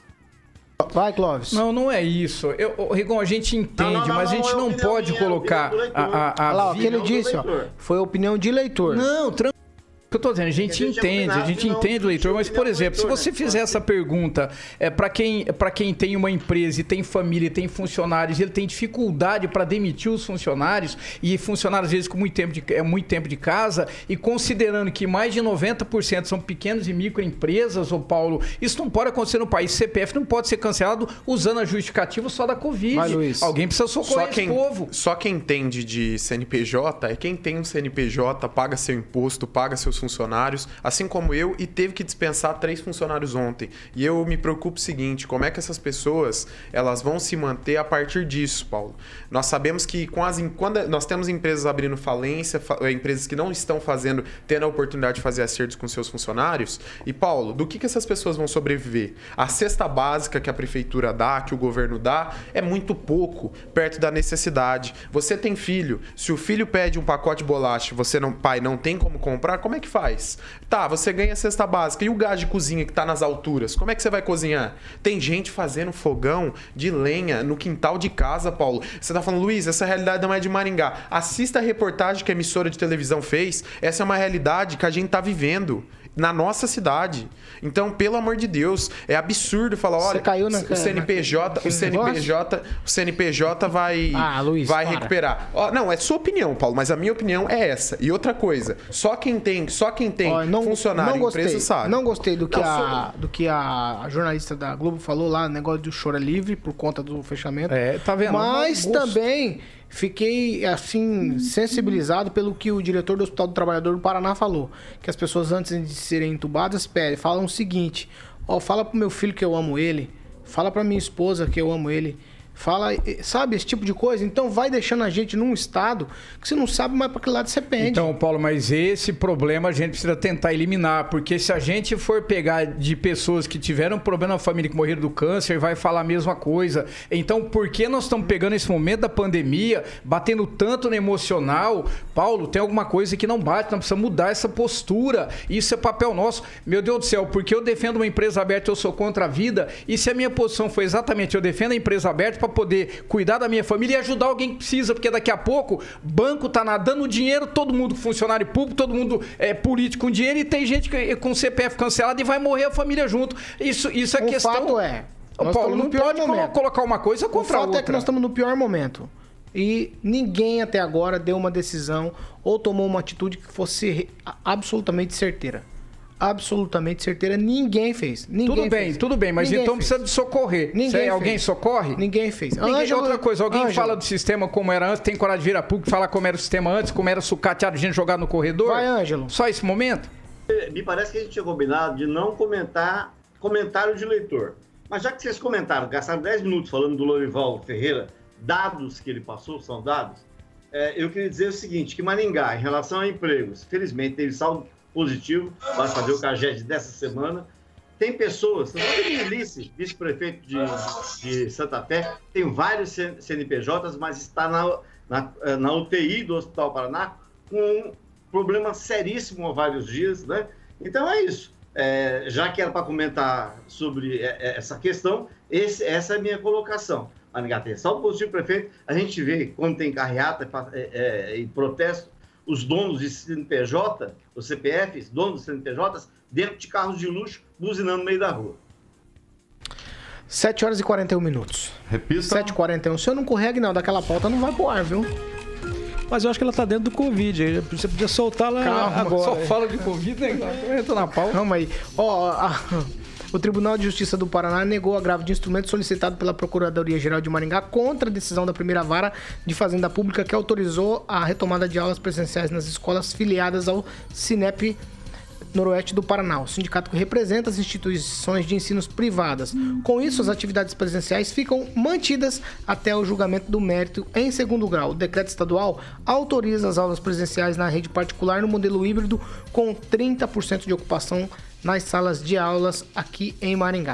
Vai, Clóvis. Não, não é isso. Eu, Rigon, a gente entende, não, não, não, mas a gente não, não pode minha, colocar a, a, a... Olha lá, o que ele disse, ó, foi a opinião de leitor. Não, tranquilo. O que eu tô dizendo, a gente, a gente entende, a gente entende o leitor, mas, por exemplo, se você fizer essa pergunta é, para quem, para quem tem uma empresa e tem família e tem funcionários, ele tem dificuldade para demitir os funcionários, e funcionários, às vezes, com muito tempo de, é, muito tempo de casa, e considerando que mais de noventa por cento são pequenas e microempresas, ô Paulo, isso não pode acontecer no país. C P F não pode ser cancelado usando a justificativa só da Covid. Mas, Luiz, alguém precisa socorrer só quem, esse povo. Só quem entende de C N P J é quem tem um C N P J, paga seu imposto, paga seus funcionários, assim como eu, e teve que dispensar três funcionários ontem. E eu me preocupo o seguinte, como é que essas pessoas elas vão se manter a partir disso, Paulo? Nós sabemos que com as, quando nós temos empresas abrindo falência, empresas que não estão fazendo, tendo a oportunidade de fazer acertos com seus funcionários. E, Paulo, do que, que essas pessoas vão sobreviver? A cesta básica que a prefeitura dá, que o governo dá, é muito pouco perto da necessidade. Você tem filho, se o filho pede um pacote de bolacha, você não, pai, não tem como comprar, como é que faz? Tá, você ganha a cesta básica. E o gás de cozinha que tá nas alturas? Como é que você vai cozinhar? Tem gente fazendo fogão de lenha no quintal de casa, Paulo. Você tá falando, Luiz, essa realidade não é de Maringá. Assista a reportagem que a emissora de televisão fez. Essa é uma realidade que a gente tá vivendo na nossa cidade. Então, pelo amor de Deus, é absurdo falar, olha, você caiu na, o C N P J, o C N P J, o C N P J vai, ah, Luiz, vai para. recuperar. Ó, não, é sua opinião, Paulo, mas a minha opinião é essa. E outra coisa, só quem tem, só quem tem Ó, não, funcionário não gostei, empresa sabe. Não gostei do que, não, a, do que a, a jornalista da Globo falou lá, o negócio do choro é livre por conta do fechamento. É, tá vendo? Mas também fiquei, assim, sensibilizado pelo que o diretor do Hospital do Trabalhador do Paraná falou. Que as pessoas, antes de serem entubadas, pedem, falam o seguinte: ó, fala pro meu filho que eu amo ele, fala pra minha esposa que eu amo ele, Fala, sabe, esse tipo de coisa. Então vai deixando a gente num estado que você não sabe mais para que lado você pende. Então, Paulo, mas esse problema a gente precisa tentar eliminar, porque se a gente for pegar de pessoas que tiveram problema na família, que morreram do câncer, vai falar a mesma coisa. Então, por que nós estamos pegando esse momento da pandemia, batendo tanto no emocional? Paulo, tem alguma coisa que não bate, nós precisamos mudar essa postura. Isso é papel nosso. Meu Deus do céu, porque eu defendo uma empresa aberta, eu sou contra a vida, e se a minha posição foi exatamente eu defendo a empresa aberta para poder cuidar da minha família e ajudar alguém que precisa, porque daqui a pouco banco tá nadando dinheiro, todo mundo funcionário público, todo mundo é político com dinheiro, e tem gente que, com C P F cancelado e vai morrer a família junto. Isso, isso é o questão... O fato é... Nós Paulo, não pode momento. colocar uma coisa contra a outra. O fato é que nós estamos no pior momento. E ninguém até agora deu uma decisão ou tomou uma atitude que fosse absolutamente certeira. Absolutamente certeira, ninguém fez. Ninguém tudo bem, fez. tudo bem, mas ninguém então fez. precisa de socorrer. Ninguém alguém socorre? Ninguém fez. Ninguém, Ângelo, outra coisa, alguém Ângelo. fala do sistema como era antes, tem coragem de vir a público falar como era o sistema antes, como era sucateado, gente jogada no corredor? Vai, Ângelo. Só esse momento? Me parece que a gente tinha combinado de não comentar comentário de leitor. Mas já que vocês comentaram, gastaram dez minutos falando do Lorival Ferreira, dados que ele passou, são dados, é, eu queria dizer o seguinte, que Maringá, em relação a empregos, felizmente teve saldo positivo, basta ver o CAGED dessa semana. Tem pessoas, não é Milice, vice-prefeito de, de Santa Fé, tem vários C N P Js, mas está na, na, na U T I do Hospital Paraná com um problema seríssimo há vários dias, né? Então é isso. É, já que era para comentar sobre essa questão, esse, essa é a minha colocação. Maringá tem saldo positivo, prefeito. A gente vê quando tem carreata é, é, e protesto, os donos de C N P J, os C P Fs, donos de C N P Js, dentro de carros de luxo, buzinando no meio da rua. sete horas e quarenta e um minutos. Repita. sete e quarenta e um. Se eu não correr, não, daquela pauta não vai pro ar, viu? Mas eu acho que ela tá dentro do Covid. Você podia soltá-la agora. Só fala de Covid, né? Entra na pauta. Calma aí. Ó, a... O Tribunal de Justiça do Paraná negou agravo de instrumento solicitado pela Procuradoria-Geral de Maringá contra a decisão da primeira vara de Fazenda Pública que autorizou a retomada de aulas presenciais nas escolas filiadas ao Cinep Noroeste do Paraná, o sindicato que representa as instituições de ensino privadas. Com isso, as atividades presenciais ficam mantidas até o julgamento do mérito em segundo grau. O decreto estadual autoriza as aulas presenciais na rede particular no modelo híbrido com trinta por cento de ocupação nas salas de aulas aqui em Maringá.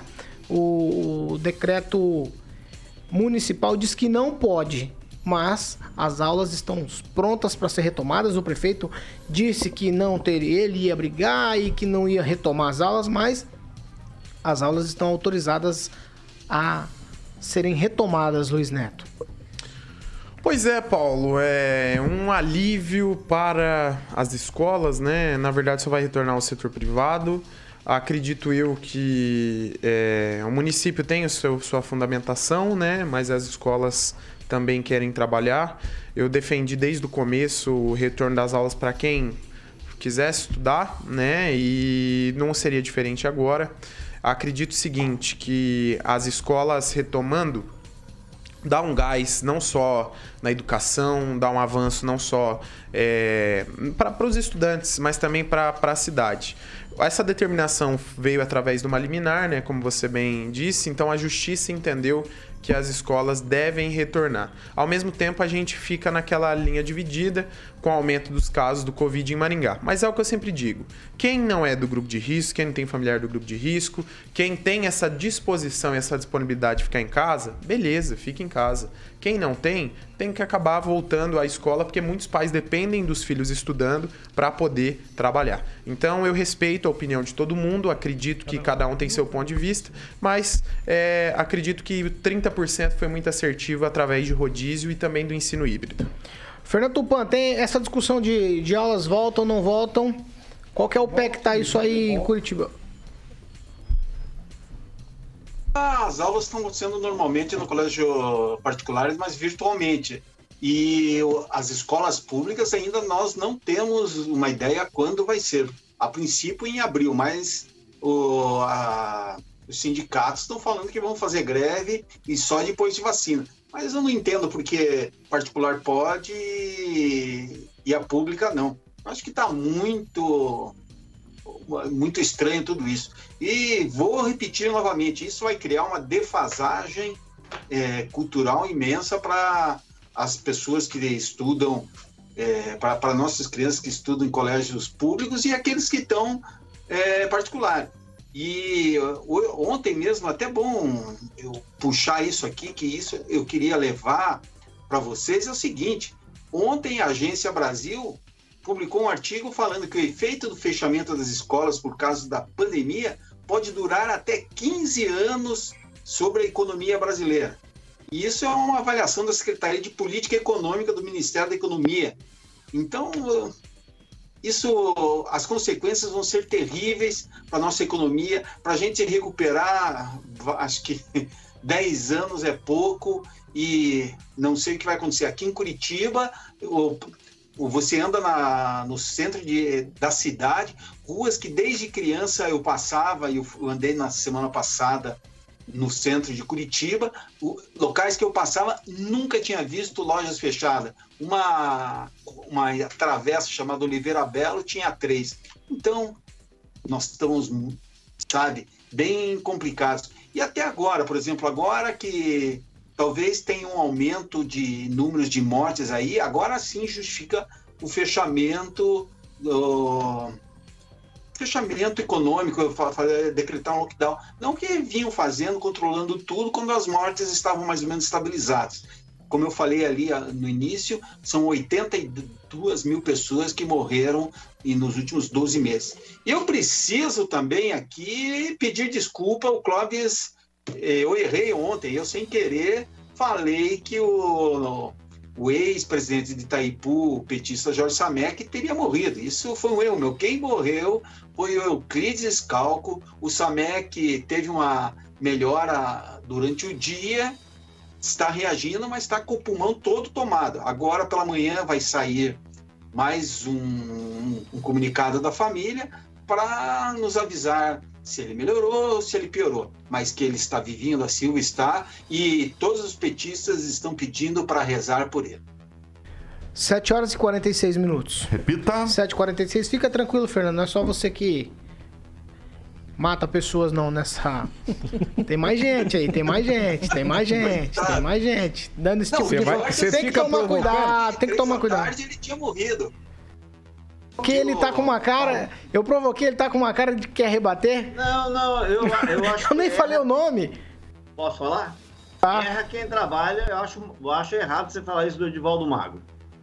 O decreto municipal diz que não pode, mas as aulas estão prontas para ser retomadas. O prefeito disse que não teria, ele ia brigar e que não ia retomar as aulas, mas as aulas estão autorizadas a serem retomadas, Luiz Neto. Pois é, Paulo, é um alívio para as escolas, né? Na verdade, só vai retornar ao setor privado. Acredito eu que é, o município tem o seu, sua fundamentação, né? Mas as escolas também querem trabalhar. Eu defendi desde o começo o retorno das aulas para quem quisesse estudar, né? E não seria diferente agora. Acredito o seguinte, que as escolas retomando dá um gás não só na educação, dá um avanço não só é, para os estudantes, mas também para a cidade. Essa determinação veio através de uma liminar, né, como você bem disse, então a justiça entendeu que as escolas devem retornar. Ao mesmo tempo, a gente fica naquela linha dividida com o aumento dos casos do Covid em Maringá. Mas é o que eu sempre digo, quem não é do grupo de risco, quem não tem familiar do grupo de risco, quem tem essa disposição e essa disponibilidade de ficar em casa, beleza, fica em casa. Quem não tem, tem que acabar voltando à escola, porque muitos pais dependem dos filhos estudando para poder trabalhar. Então, eu respeito a opinião de todo mundo, acredito que cada um tem seu ponto de vista, mas é, acredito que trinta por cento foi muito assertivo através de rodízio e também do ensino híbrido. Fernando Tupan, tem essa discussão de, de aulas voltam ou não voltam? Qual que é o pé que tá isso aí em Curitiba? As aulas estão acontecendo normalmente no colégio particulares, mas virtualmente. E as escolas públicas ainda nós não temos uma ideia quando vai ser. A princípio em abril, mas o, a, os sindicatos estão falando que vão fazer greve e só depois de vacina. Mas eu não entendo porque particular pode e a pública não. Acho que está muito... muito estranho tudo isso. E vou repetir novamente, isso vai criar uma defasagem é, cultural imensa para as pessoas que estudam, é, para nossas crianças que estudam em colégios públicos e aqueles que estão é, particular. E ontem mesmo, até bom eu puxar isso aqui, que isso eu queria levar para vocês, é o seguinte: ontem a Agência Brasil publicou um artigo falando que o efeito do fechamento das escolas por causa da pandemia pode durar até quinze anos sobre a economia brasileira. E isso é uma avaliação da Secretaria de Política Econômica do Ministério da Economia. Então, isso, as consequências vão ser terríveis para a nossa economia. Para a gente recuperar, acho que dez anos é pouco, e não sei o que vai acontecer. Aqui em Curitiba, o você anda na, no centro de, da cidade, ruas que desde criança eu passava, e eu andei na semana passada no centro de Curitiba, o, locais que eu passava, nunca tinha visto lojas fechadas. Uma, uma travessa chamada Oliveira Belo tinha três. Então, nós estamos, sabe, bem complicados. E até agora, por exemplo, agora que talvez tenha um aumento de números de mortes aí, agora sim justifica o fechamento, o fechamento econômico, decretar um lockdown. Não que vinham fazendo, controlando tudo, quando as mortes estavam mais ou menos estabilizadas. Como eu falei ali no início, são oitenta e duas mil pessoas que morreram nos últimos doze meses. Eu preciso também aqui pedir desculpa ao Clóvis. Eu errei ontem, eu sem querer falei que o, o ex-presidente de Itaipu, o petista Jorge Samek, teria morrido. Isso foi um erro meu. Quem morreu foi o Euclides Scalco. O Samek teve uma melhora durante o dia, está reagindo, mas está com o pulmão todo tomado. Agora, pela manhã, vai sair mais um, um comunicado da família para nos avisar se ele melhorou ou se ele piorou, mas que ele está vivinho, a Silva está, e todos os petistas estão pedindo para rezar por ele. sete horas e quarenta e seis minutos. Repita. sete e quarenta e seis. Fica tranquilo, Fernando, não é só você que mata pessoas não nessa... Tem mais gente aí, tem mais gente, tem mais gente, tem mais gente. Dando esse tipo de... Você tem que tomar cuidado, tem que tomar cuidado. Tarde ele tinha morrido. Porque ele tá com uma cara... Eu provoquei, ele tá com uma cara de que quer rebater? Não, não, eu, eu acho... Eu nem falei o nome. Posso falar? Tá. Erra quem trabalha, eu acho, eu acho errado você falar isso do Edivaldo Magro.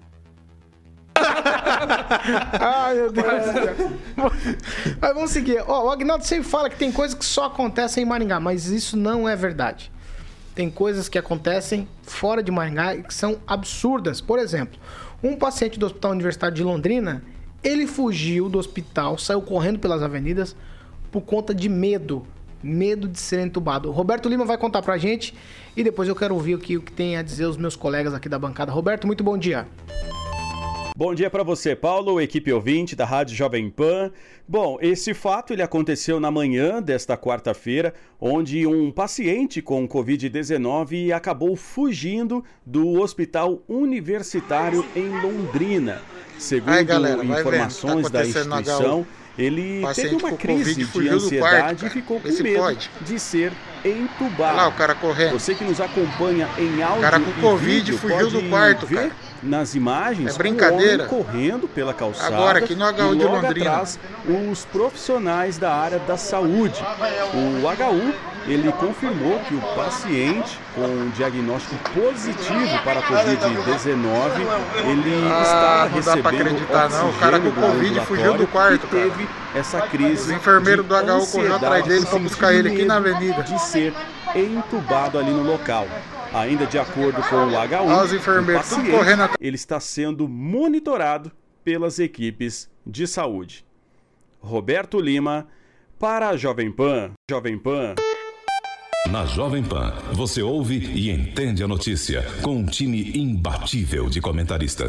Ai, meu Deus do céu. Mas vamos seguir. Ó, o Agnaldo sempre fala que tem coisas que só acontecem em Maringá, mas isso não é verdade. Tem coisas que acontecem fora de Maringá e que são absurdas. Por exemplo, um paciente do Hospital Universitário de Londrina... Ele fugiu do hospital, saiu correndo pelas avenidas por conta de medo. Medo de ser entubado. O Roberto Lima vai contar pra gente e depois eu quero ouvir o que, o que tem a dizer os meus colegas aqui da bancada. Roberto, muito bom dia. Bom dia para você, Paulo, equipe ouvinte da Rádio Jovem Pan. Bom, esse fato ele aconteceu na manhã desta quarta-feira, onde um paciente com covid dezenove acabou fugindo do Hospital Universitário em Londrina. Segundo Ai, galera, informações tá da instituição, ele teve uma crise de ansiedade quarto, e ficou com medo pode. de ser entubado. Olha lá o cara correndo. Você que nos acompanha em áudio, o cara com Covid vídeo, fugiu do quarto, ver cara. Nas imagens, é brincadeira. Um homem correndo pela calçada. Agora aqui no H U de Londrina. Atrás, os profissionais da área da saúde. O H U, ele confirmou que o paciente com diagnóstico positivo para a covid dezenove, ele ah, está não recebendo dá pra acreditar, não. O cara com Covid fugiu do quarto, cara. Teve essa crise. O enfermeiro do H U correu atrás dele para buscar ele aqui na avenida. De ser entubado ali no local. Ainda de acordo com o H U, ah, os enfermeiros, o paciente, correndo... ele está sendo monitorado pelas equipes de saúde. Roberto Lima, para a Jovem Pan. Jovem Pan. Na Jovem Pan, você ouve e entende a notícia com um time imbatível de comentaristas.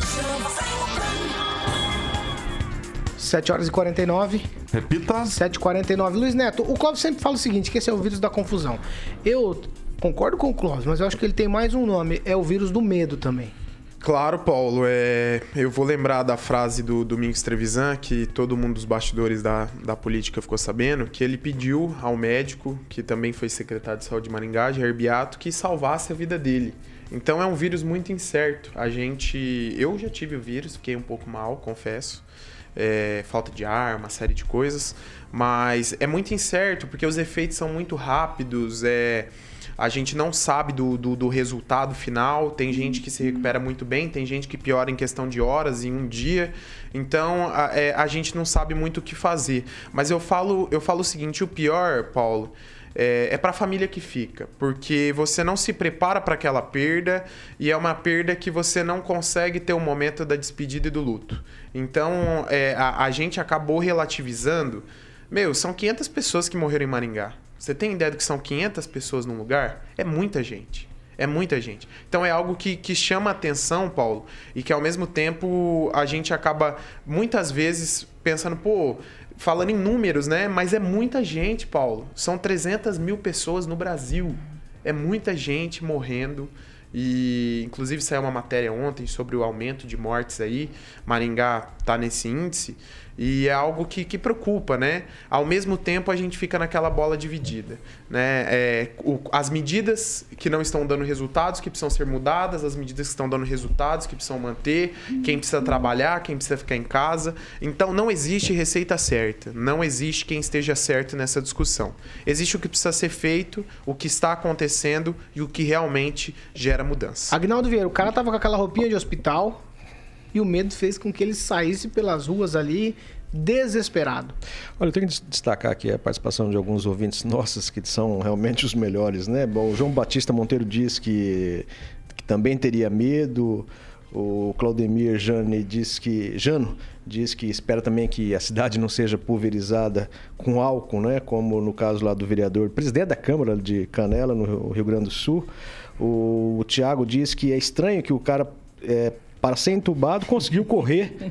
sete horas e quarenta e nove. Repita. sete e quarenta e nove. Luiz Neto, o Clóvis sempre fala o seguinte, que esse é o vírus da confusão. Eu... concordo com o Clóvis, mas eu acho que ele tem mais um nome, é o vírus do medo também. Claro, Paulo. É, eu vou lembrar da frase do Domingos Trevisan, que todo mundo dos bastidores da, da política ficou sabendo, que ele pediu ao médico, que também foi secretário de saúde de Maringá, Jair Beato, que salvasse a vida dele. Então é um vírus muito incerto. A gente... Eu já tive o vírus, fiquei um pouco mal, confesso. É, falta de ar, uma série de coisas. Mas é muito incerto, porque os efeitos são muito rápidos, é... A gente não sabe do, do, do resultado final. Tem gente que se recupera muito bem, tem gente que piora em questão de horas, em um dia. Então, a, é, a gente não sabe muito o que fazer. Mas eu falo, eu falo o seguinte, o pior, Paulo, é, é para a família que fica. Porque você não se prepara para aquela perda e é uma perda que você não consegue ter o momento da despedida e do luto. Então, é, a, a gente acabou relativizando. Meu, são quinhentas pessoas que morreram em Maringá. Você tem ideia do que são quinhentas pessoas num lugar? É muita gente. É muita gente. Então é algo que, que chama atenção, Paulo, e que ao mesmo tempo a gente acaba muitas vezes pensando, pô, falando em números, né? Mas é muita gente, Paulo. São trezentas mil pessoas no Brasil. É muita gente morrendo. E inclusive saiu uma matéria ontem sobre o aumento de mortes aí. Maringá está nesse índice. E é algo que, que preocupa, né? Ao mesmo tempo, a gente fica naquela bola dividida, né? É, o, as medidas que não estão dando resultados, que precisam ser mudadas, as medidas que estão dando resultados, que precisam manter, quem precisa trabalhar, quem precisa ficar em casa. Então, não existe receita certa, não existe quem esteja certo nessa discussão. Existe o que precisa ser feito, o que está acontecendo e o que realmente gera mudança. Agnaldo Vieira, o cara tava com aquela roupinha de hospital... E o medo fez com que ele saísse pelas ruas ali, desesperado. Olha, eu tenho que destacar aqui a participação de alguns ouvintes nossos, que são realmente os melhores, né? Bom, o João Batista Monteiro diz que, que também teria medo. O Claudemir Jane diz que, Jano diz que espera também que a cidade não seja pulverizada com álcool, né? Como no caso lá do vereador, presidente da Câmara de Canela, no Rio Grande do Sul. O, o Tiago diz que é estranho que o cara... É, para ser entubado, conseguiu correr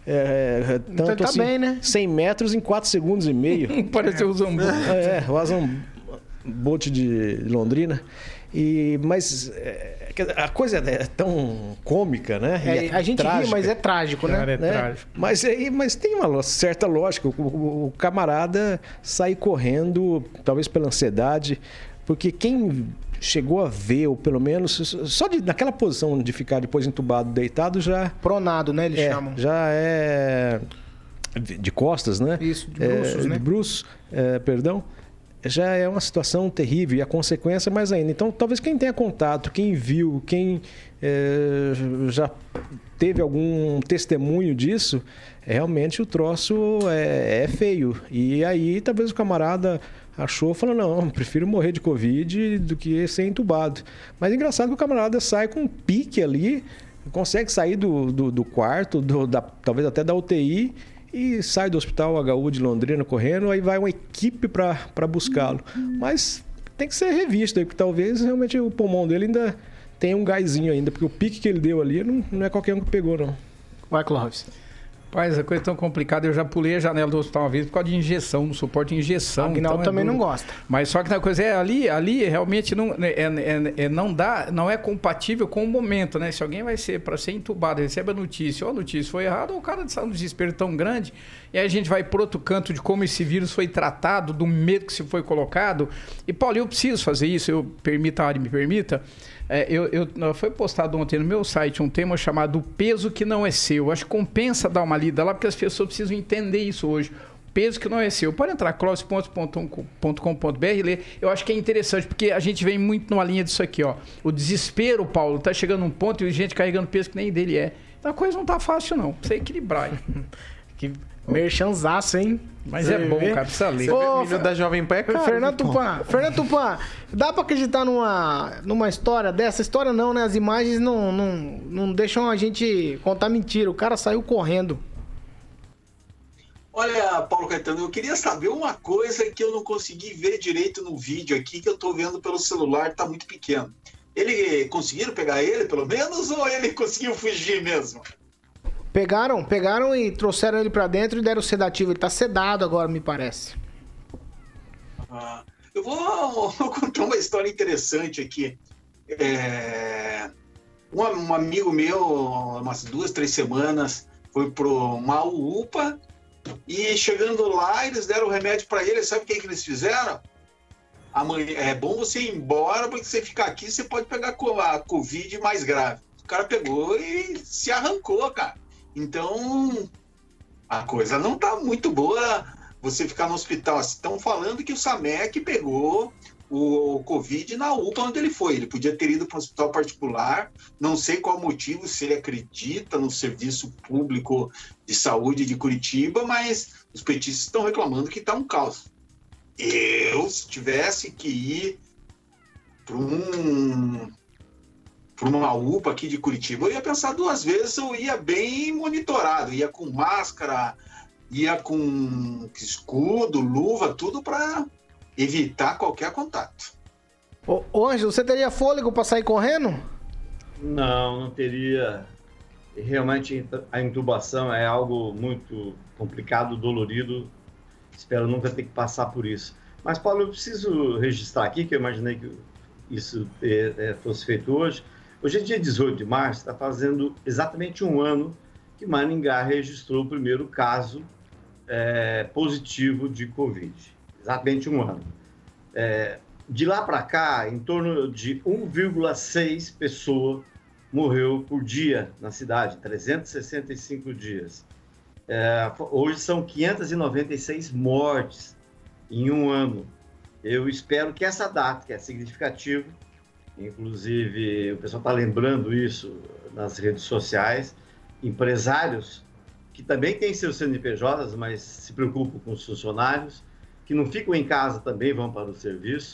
é, tanto então tá assim, bem, né? cem metros em quatro segundos e meio. Pareceu o Zambu. É, o Azambote de Londrina. E, mas é, a coisa é tão cômica, né? É, é a gente trágica, ri, mas é trágico, né? Cara, é né? trágico. Mas, é, mas tem uma certa lógica. O, o, o camarada sai correndo, talvez pela ansiedade, porque quem... chegou a ver, ou pelo menos, só de, naquela posição de ficar depois entubado, deitado, já... Pronado, né? Eles é, chamam. Já é... De costas, né? Isso, de bruços, é, né? De bruços, é, perdão. Já é uma situação terrível e a consequência mais ainda. Então, talvez quem tenha contato, quem viu, quem é, já teve algum testemunho disso, realmente o troço é, é feio. E aí, talvez o camarada... achou, falou, não, prefiro morrer de Covid do que ser entubado. Mas é engraçado que o camarada sai com um pique ali, consegue sair do, do, do quarto, do, da, talvez até da U T I, e sai do Hospital H U de Londrina correndo, aí vai uma equipe para buscá-lo. Mas tem que ser revisto aí, porque talvez realmente o pulmão dele ainda tenha um gásinho ainda, porque o pique que ele deu ali não, não é qualquer um que pegou, não. Vai, Clóvis. Rapaz, a coisa é tão complicada. Eu já pulei a janela do hospital uma vez por causa de injeção, não suporte injeção. O Agnaldo então é também duro. não gosta. Mas só que a coisa é ali, ali realmente não é, é, é, não dá, não é compatível com o momento, né? Se alguém vai ser para ser entubado, recebe a notícia, ou a notícia foi errada, ou o cara está num desespero tão grande, e aí a gente vai para outro canto de como esse vírus foi tratado, do medo que se foi colocado. E Paulo, eu preciso fazer isso, eu permita, a Ari me permita. É, eu, eu, foi postado ontem no meu site um tema chamado O Peso que Não É Seu. Acho que compensa dar uma lida lá, porque as pessoas precisam entender isso hoje. O peso que não é seu. Pode entrar, clóvis ponto com ponto b r e ler. Eu acho que é interessante, porque a gente vem muito numa linha disso aqui, ó. O desespero, Paulo, tá chegando num ponto e gente carregando peso que nem dele é. Então a coisa não tá fácil, não. Precisa equilibrar aí. Que merchanzaço, hein? Mas Você é bom, vê? cara, precisa ler. Ô, O menino da Jovem Pan é caro. Fernando Tupan, Fernando Tupan, dá pra acreditar numa, numa história dessa? História não, né? As imagens não, não, não deixam a gente contar mentira. O cara saiu correndo. Olha, Paulo Caetano, eu queria saber uma coisa que eu não consegui ver direito no vídeo aqui, que eu tô vendo pelo celular, tá muito pequeno. Ele, conseguiram pegar ele, pelo menos, ou ele conseguiu fugir mesmo? Pegaram, pegaram e trouxeram ele pra dentro e deram o sedativo. Ele tá sedado agora, me parece. Ah, eu vou, vou contar uma história interessante aqui. É... Um, um amigo meu, umas duas, três semanas, foi para uma U P A e chegando lá, eles deram o remédio para ele. Sabe o que, que eles fizeram? Amanhã, é bom você ir embora, porque você ficar aqui, você pode pegar a Covid mais grave. O cara pegou e se arrancou, cara. Então, a coisa não tá muito boa você ficar no hospital. Estão falando que o Samek pegou o Covid na U P A onde ele foi. Ele podia ter ido para um hospital particular, não sei qual motivo, se ele acredita no serviço público de saúde de Curitiba, mas os petistas estão reclamando que está um caos. Eu, se tivesse que ir para um, para uma U P A aqui de Curitiba, eu ia pensar duas vezes, eu ia bem monitorado, ia com máscara, ia com escudo, luva, tudo para evitar qualquer contato. Ô, ô Ângelo, você teria fôlego para sair correndo? Não, não teria. Realmente a intubação é algo muito complicado, dolorido. Espero nunca ter que passar por isso. Mas, Paulo, eu preciso registrar aqui, que eu imaginei que isso é, é, fosse feito hoje. Hoje é dia dezoito de março, está fazendo exatamente um ano que Maringá registrou o primeiro caso é, positivo de Covid. Exatamente um ano. É, de lá para cá, em torno de um vírgula seis pessoas morreu por dia na cidade, trezentos e sessenta e cinco dias. É, hoje são quinhentas e noventa e seis mortes em um ano. Eu espero que essa data, que é significativa, inclusive o pessoal está lembrando isso nas redes sociais, empresários que também têm seus C N P Js, mas se preocupam com os funcionários, que não ficam em casa também vão para o serviço.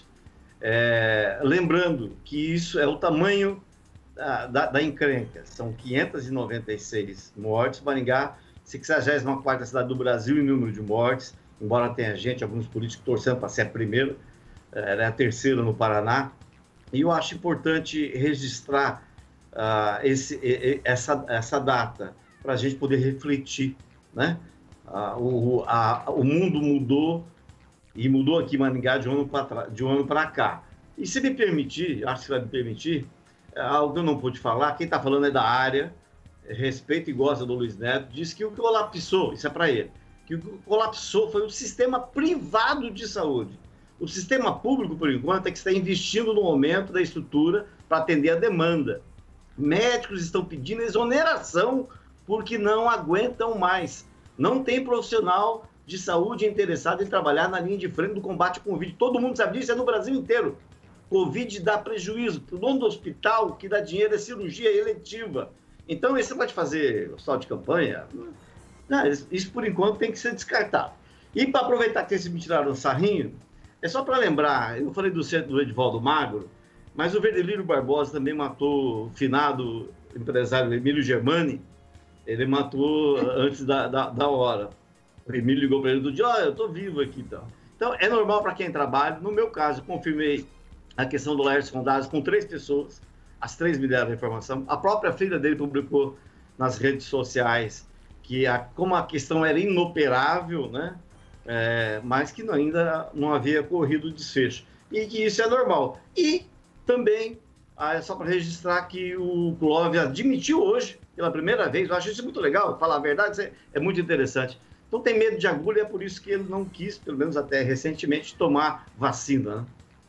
É, lembrando que isso é o tamanho da, da, da encrenca. São quinhentas e noventa e seis mortes. Maringá, sexagésima quarta cidade do Brasil em número de mortes, embora tenha gente, alguns políticos torcendo para ser a primeira, é a terceira no Paraná. E eu acho importante registrar uh, esse, essa, essa data para a gente poder refletir, né? Uh, o, a, o mundo mudou e mudou aqui em Maringá de um ano para de um ano para cá. E se me permitir, acho que vai me permitir, algo que eu não pude falar, quem está falando é da área, respeita e gosta do Luiz Neto, diz que o que colapsou, isso é para ele, que o que colapsou foi o sistema privado de saúde. O sistema público, por enquanto, é que está investindo no aumento da estrutura para atender a demanda. Médicos estão pedindo exoneração porque não aguentam mais. Não tem profissional de saúde interessado em trabalhar na linha de frente do combate ao Covid. Todo mundo sabe disso, é no Brasil inteiro. Covid dá prejuízo. O dono do hospital que dá dinheiro é cirurgia eletiva. Então, esse pode fazer hospital de campanha? Não, isso, por enquanto, tem que ser descartado. E, para aproveitar que vocês me tiraram o sarrinho, é só para lembrar, eu falei do centro do Edivaldo Magro, mas o Verdelírio Barbosa também matou o finado empresário Emílio Germani. Ele matou antes da, da, da hora. O Emílio ligou para ele do dia, olha, eu estou vivo aqui. Então. então, é normal para quem trabalha. No meu caso, eu confirmei a questão do Laércio Condado com três pessoas. As três me deram a informação. A própria filha dele publicou nas redes sociais que a, como a questão era inoperável, né? É, mas que ainda não havia corrido o desfecho. E que isso é normal. E também, ah, só para registrar que o Clóvis admitiu hoje, pela primeira vez, eu acho isso muito legal, falar a verdade, é, é muito interessante. Então tem medo de agulha, é por isso que ele não quis, pelo menos até recentemente, tomar vacina. Né?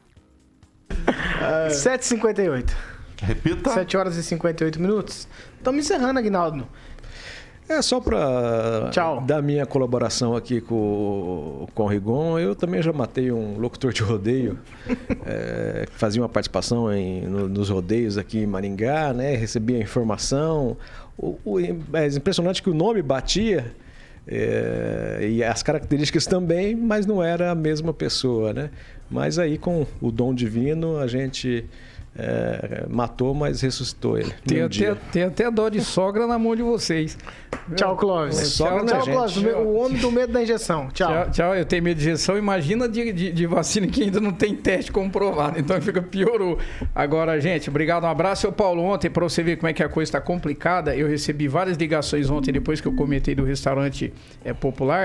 Uh, sete e cinquenta e oito. Repita. sete horas e cinquenta e oito minutos. Estamos encerrando, Aguinaldo. É só para dar minha colaboração aqui com, com o Rigon. Eu também já matei um locutor de rodeio, é, que fazia uma participação em, no, nos rodeios aqui em Maringá, né? Recebia informação. O, o, é impressionante que o nome batia, é, e as características também, mas não era a mesma pessoa, né? Mas aí com o dom divino a gente... É, matou, mas ressuscitou ele. Tem até, tem até dó de sogra na mão de vocês. Tchau, Clóvis. Tchau, tchau, Clóvis. O homem do medo da injeção. Tchau. Tchau, tchau. Eu tenho medo de injeção. Imagina de, de, de vacina que ainda não tem teste comprovado. Então fica piorou. Agora, gente, obrigado. Um abraço. Seu Paulo, ontem, para você ver como é que a coisa está complicada, eu recebi várias ligações ontem, depois que eu comentei do restaurante é, popular.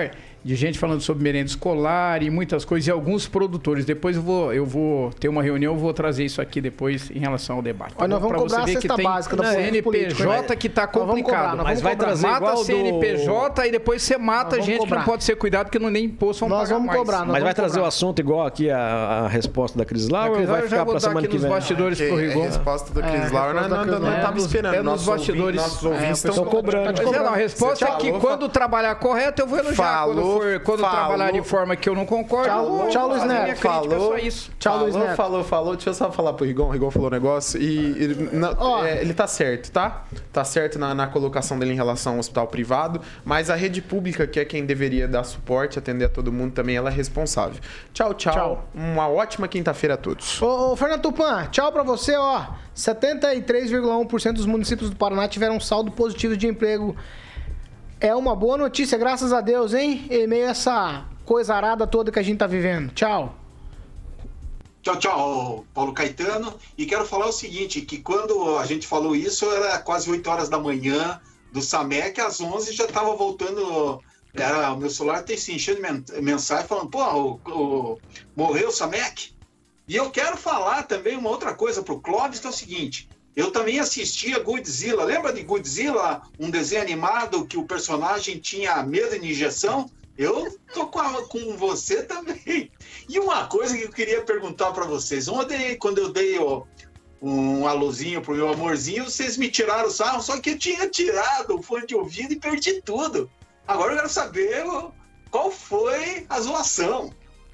de gente falando sobre merenda escolar e muitas coisas, e alguns produtores. Depois eu vou, eu vou ter uma reunião, eu vou trazer isso aqui depois em relação ao debate. Olha, nós vamos Pra cobrar você a ver cesta que tem básica da C N P J que tá complicado. Nós Mas vai cobrar. trazer Mata igual C N P J do... e depois você mata Nós vamos gente que cobrar. não pode ser cuidado porque não nem imposto vão Nós pagar vamos mais. cobrar. nós Mas vai vamos trazer cobrar. o assunto igual aqui a, a resposta da Cris Lau A ou Cris Lau vai eu já ficar vou pra dar semana aqui que nos vem? bastidores pro É, Rigon. a resposta da É, Cris a Laura, resposta não, da não, Cris não, Laura. tava É, esperando. é nos Nossos bastidores. ouvintes- Nossos É, ouvintes o estão pessoal cobrando. Mas é, não, a resposta é que Falou, quando trabalhar correto, eu vou elogiar. Falou, quando for, quando falou. trabalhar de forma que eu não concordo, Tchau, eu vou tchau, Luiz fazer Neto. minha crítica, Falou, só isso. Tchau, Luiz falou, Neto. falou, falou. Deixa eu só falar pro Rigon. O Rigon falou um negócio e ele, não, Ó. é, ele tá certo, tá? Tá certo na, na colocação dele em relação ao hospital privado, mas a rede pública, que é quem deveria dar suporte, atender a todo mundo, também ela é responsável. Tchau, tchau. Tchau. Uma ótima quinta-feira a todos. Ô, ô, Fernando Tupan, tchau pra você, ó. setenta e três vírgula um por cento dos municípios do Paraná tiveram um saldo positivo de emprego. É uma boa notícia, graças a Deus, hein? Em meio a essa coisa arada toda que a gente tá vivendo. Tchau. Tchau, tchau, Paulo Caetano. E quero falar o seguinte, que quando a gente falou isso, era quase oito horas da manhã do SAMEC, às onze já estava voltando, era, o meu celular tem se enchendo de men- mensagem falando, pô, o, o, morreu o SAMEC? E eu quero falar também uma outra coisa pro Clóvis, que é o seguinte, eu também assistia Godzilla, lembra de Godzilla, um desenho animado que o personagem tinha medo de injeção? Eu tô com, a, com você também. E uma coisa que eu queria perguntar para vocês. Ontem, quando eu dei ó, um alôzinho pro meu amorzinho, vocês me tiraram o sarro, só que eu tinha tirado o fone de ouvido e perdi tudo. Agora eu quero saber ó, qual foi a zoação.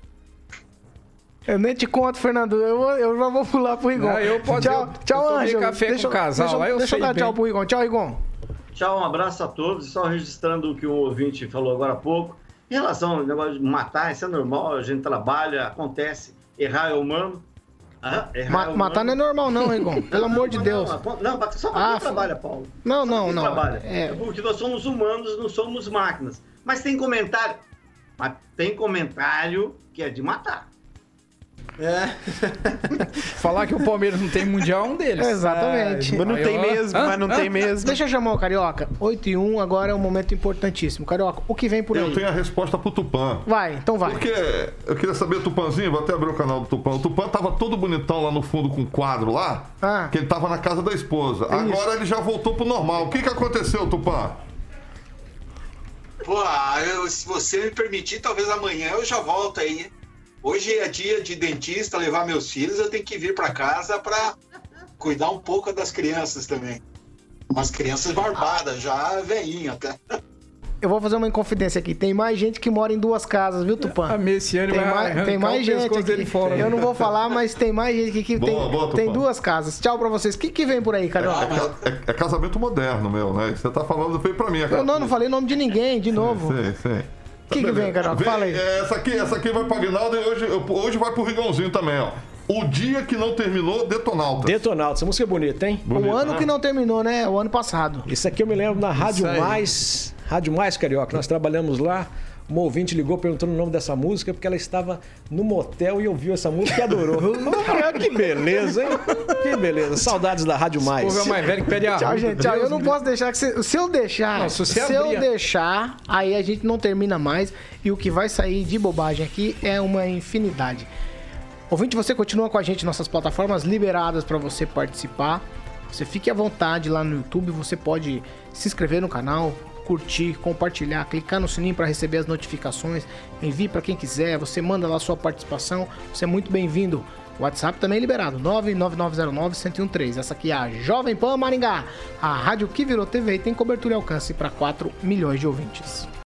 Eu nem te conto, Fernando. Eu, vou- eu já vou pular pro Rigon. Não, eu posso- tchau, eu- tchau, eu tomei Ângelo. café com deixa, o casal, deixa, lá eu deixa eu sei dar tchau bem. pro Rigon. Tchau, Rigon. Tchau, um abraço a todos. Só registrando o que o ouvinte falou agora há pouco. Em relação ao negócio de matar, isso é normal, a gente trabalha, acontece. Errar é humano. Ah, errar Ma- é humano. matar não é normal, não, Rigon. Pelo amor de Não, Deus. Não, não, só pra Ah, quem trabalha, Paulo. Não, Só pra não, quem não. trabalha. É. Porque nós somos humanos, não somos máquinas. Mas tem comentário. Mas tem comentário que é de matar. É. Falar que o Palmeiras não tem mundial é um deles. Exatamente. Mas não Aí, tem ó. mesmo, Hã? mas não Hã? tem mesmo. Deixa eu chamar o Carioca. oito e um, agora é um momento importantíssimo. Carioca, o que vem por aí? Eu tenho a resposta pro Tupã. Vai, então vai. Porque eu queria saber, Tupanzinho, vou até abrir o canal do Tupã. O Tupã tava todo bonitão lá no fundo com um quadro lá, Ah. que ele tava na casa da esposa. Agora ele já voltou pro normal. O que que aconteceu, Tupã? Pô, eu, se você me permitir, talvez amanhã eu já volto aí. Hoje é dia de dentista, levar meus filhos, eu tenho que vir para casa para cuidar um pouco das crianças também. Umas crianças barbadas, já velhinho até. Eu vou fazer uma inconfidência aqui. Tem mais gente que mora em duas casas, viu, Tupã? A Messiane Tem vai mais, arrancar tem mais o gente pescoço aqui. dele fora. Eu não vou falar, mas tem mais gente aqui que Boa, tem, boa, Tupã. tem duas casas. Tchau pra vocês. O que, que vem por aí, Carioca? É, ca- é- é casamento moderno, meu, né? Você tá falando, veio pra mim. Eu não, não falei nome de ninguém, de novo. Sim, sim. O que, que vem, Carioca? Fala aí. é, Essa aqui, essa aqui vai pra Guinaldo e hoje, hoje vai pro Rigãozinho também, ó. O dia que não terminou, Detonautas. Detonautas, essa música é bonita, hein? O Bonito, ano né? que não terminou, né? O ano passado. Isso aqui eu me lembro na Rádio aí. Mais, Rádio Mais Carioca. Nós trabalhamos lá. Uma ouvinte ligou perguntando o nome dessa música porque ela estava no motel e ouviu essa música e adorou. Ah, que beleza, hein? Que beleza. Saudades da Rádio O Mais. povo é mais velho que pede a Tchau, gente. Tchau. Eu não posso deixar que você, se eu deixar, Não, se você se eu abrir- deixar, aí a gente não termina mais e o que vai sair de bobagem aqui é uma infinidade. Ouvinte, você continua com a gente em nossas plataformas liberadas para você participar. Você fique à vontade lá no YouTube, você pode se inscrever no canal, curtir, compartilhar, clicar no sininho para receber as notificações, envie para quem quiser, você manda lá sua participação, você é muito bem-vindo. O WhatsApp também é liberado, nove nove nove zero nove, um zero um três. Essa aqui é a Jovem Pan Maringá, a rádio que virou T V e tem cobertura e alcance para quatro milhões de ouvintes.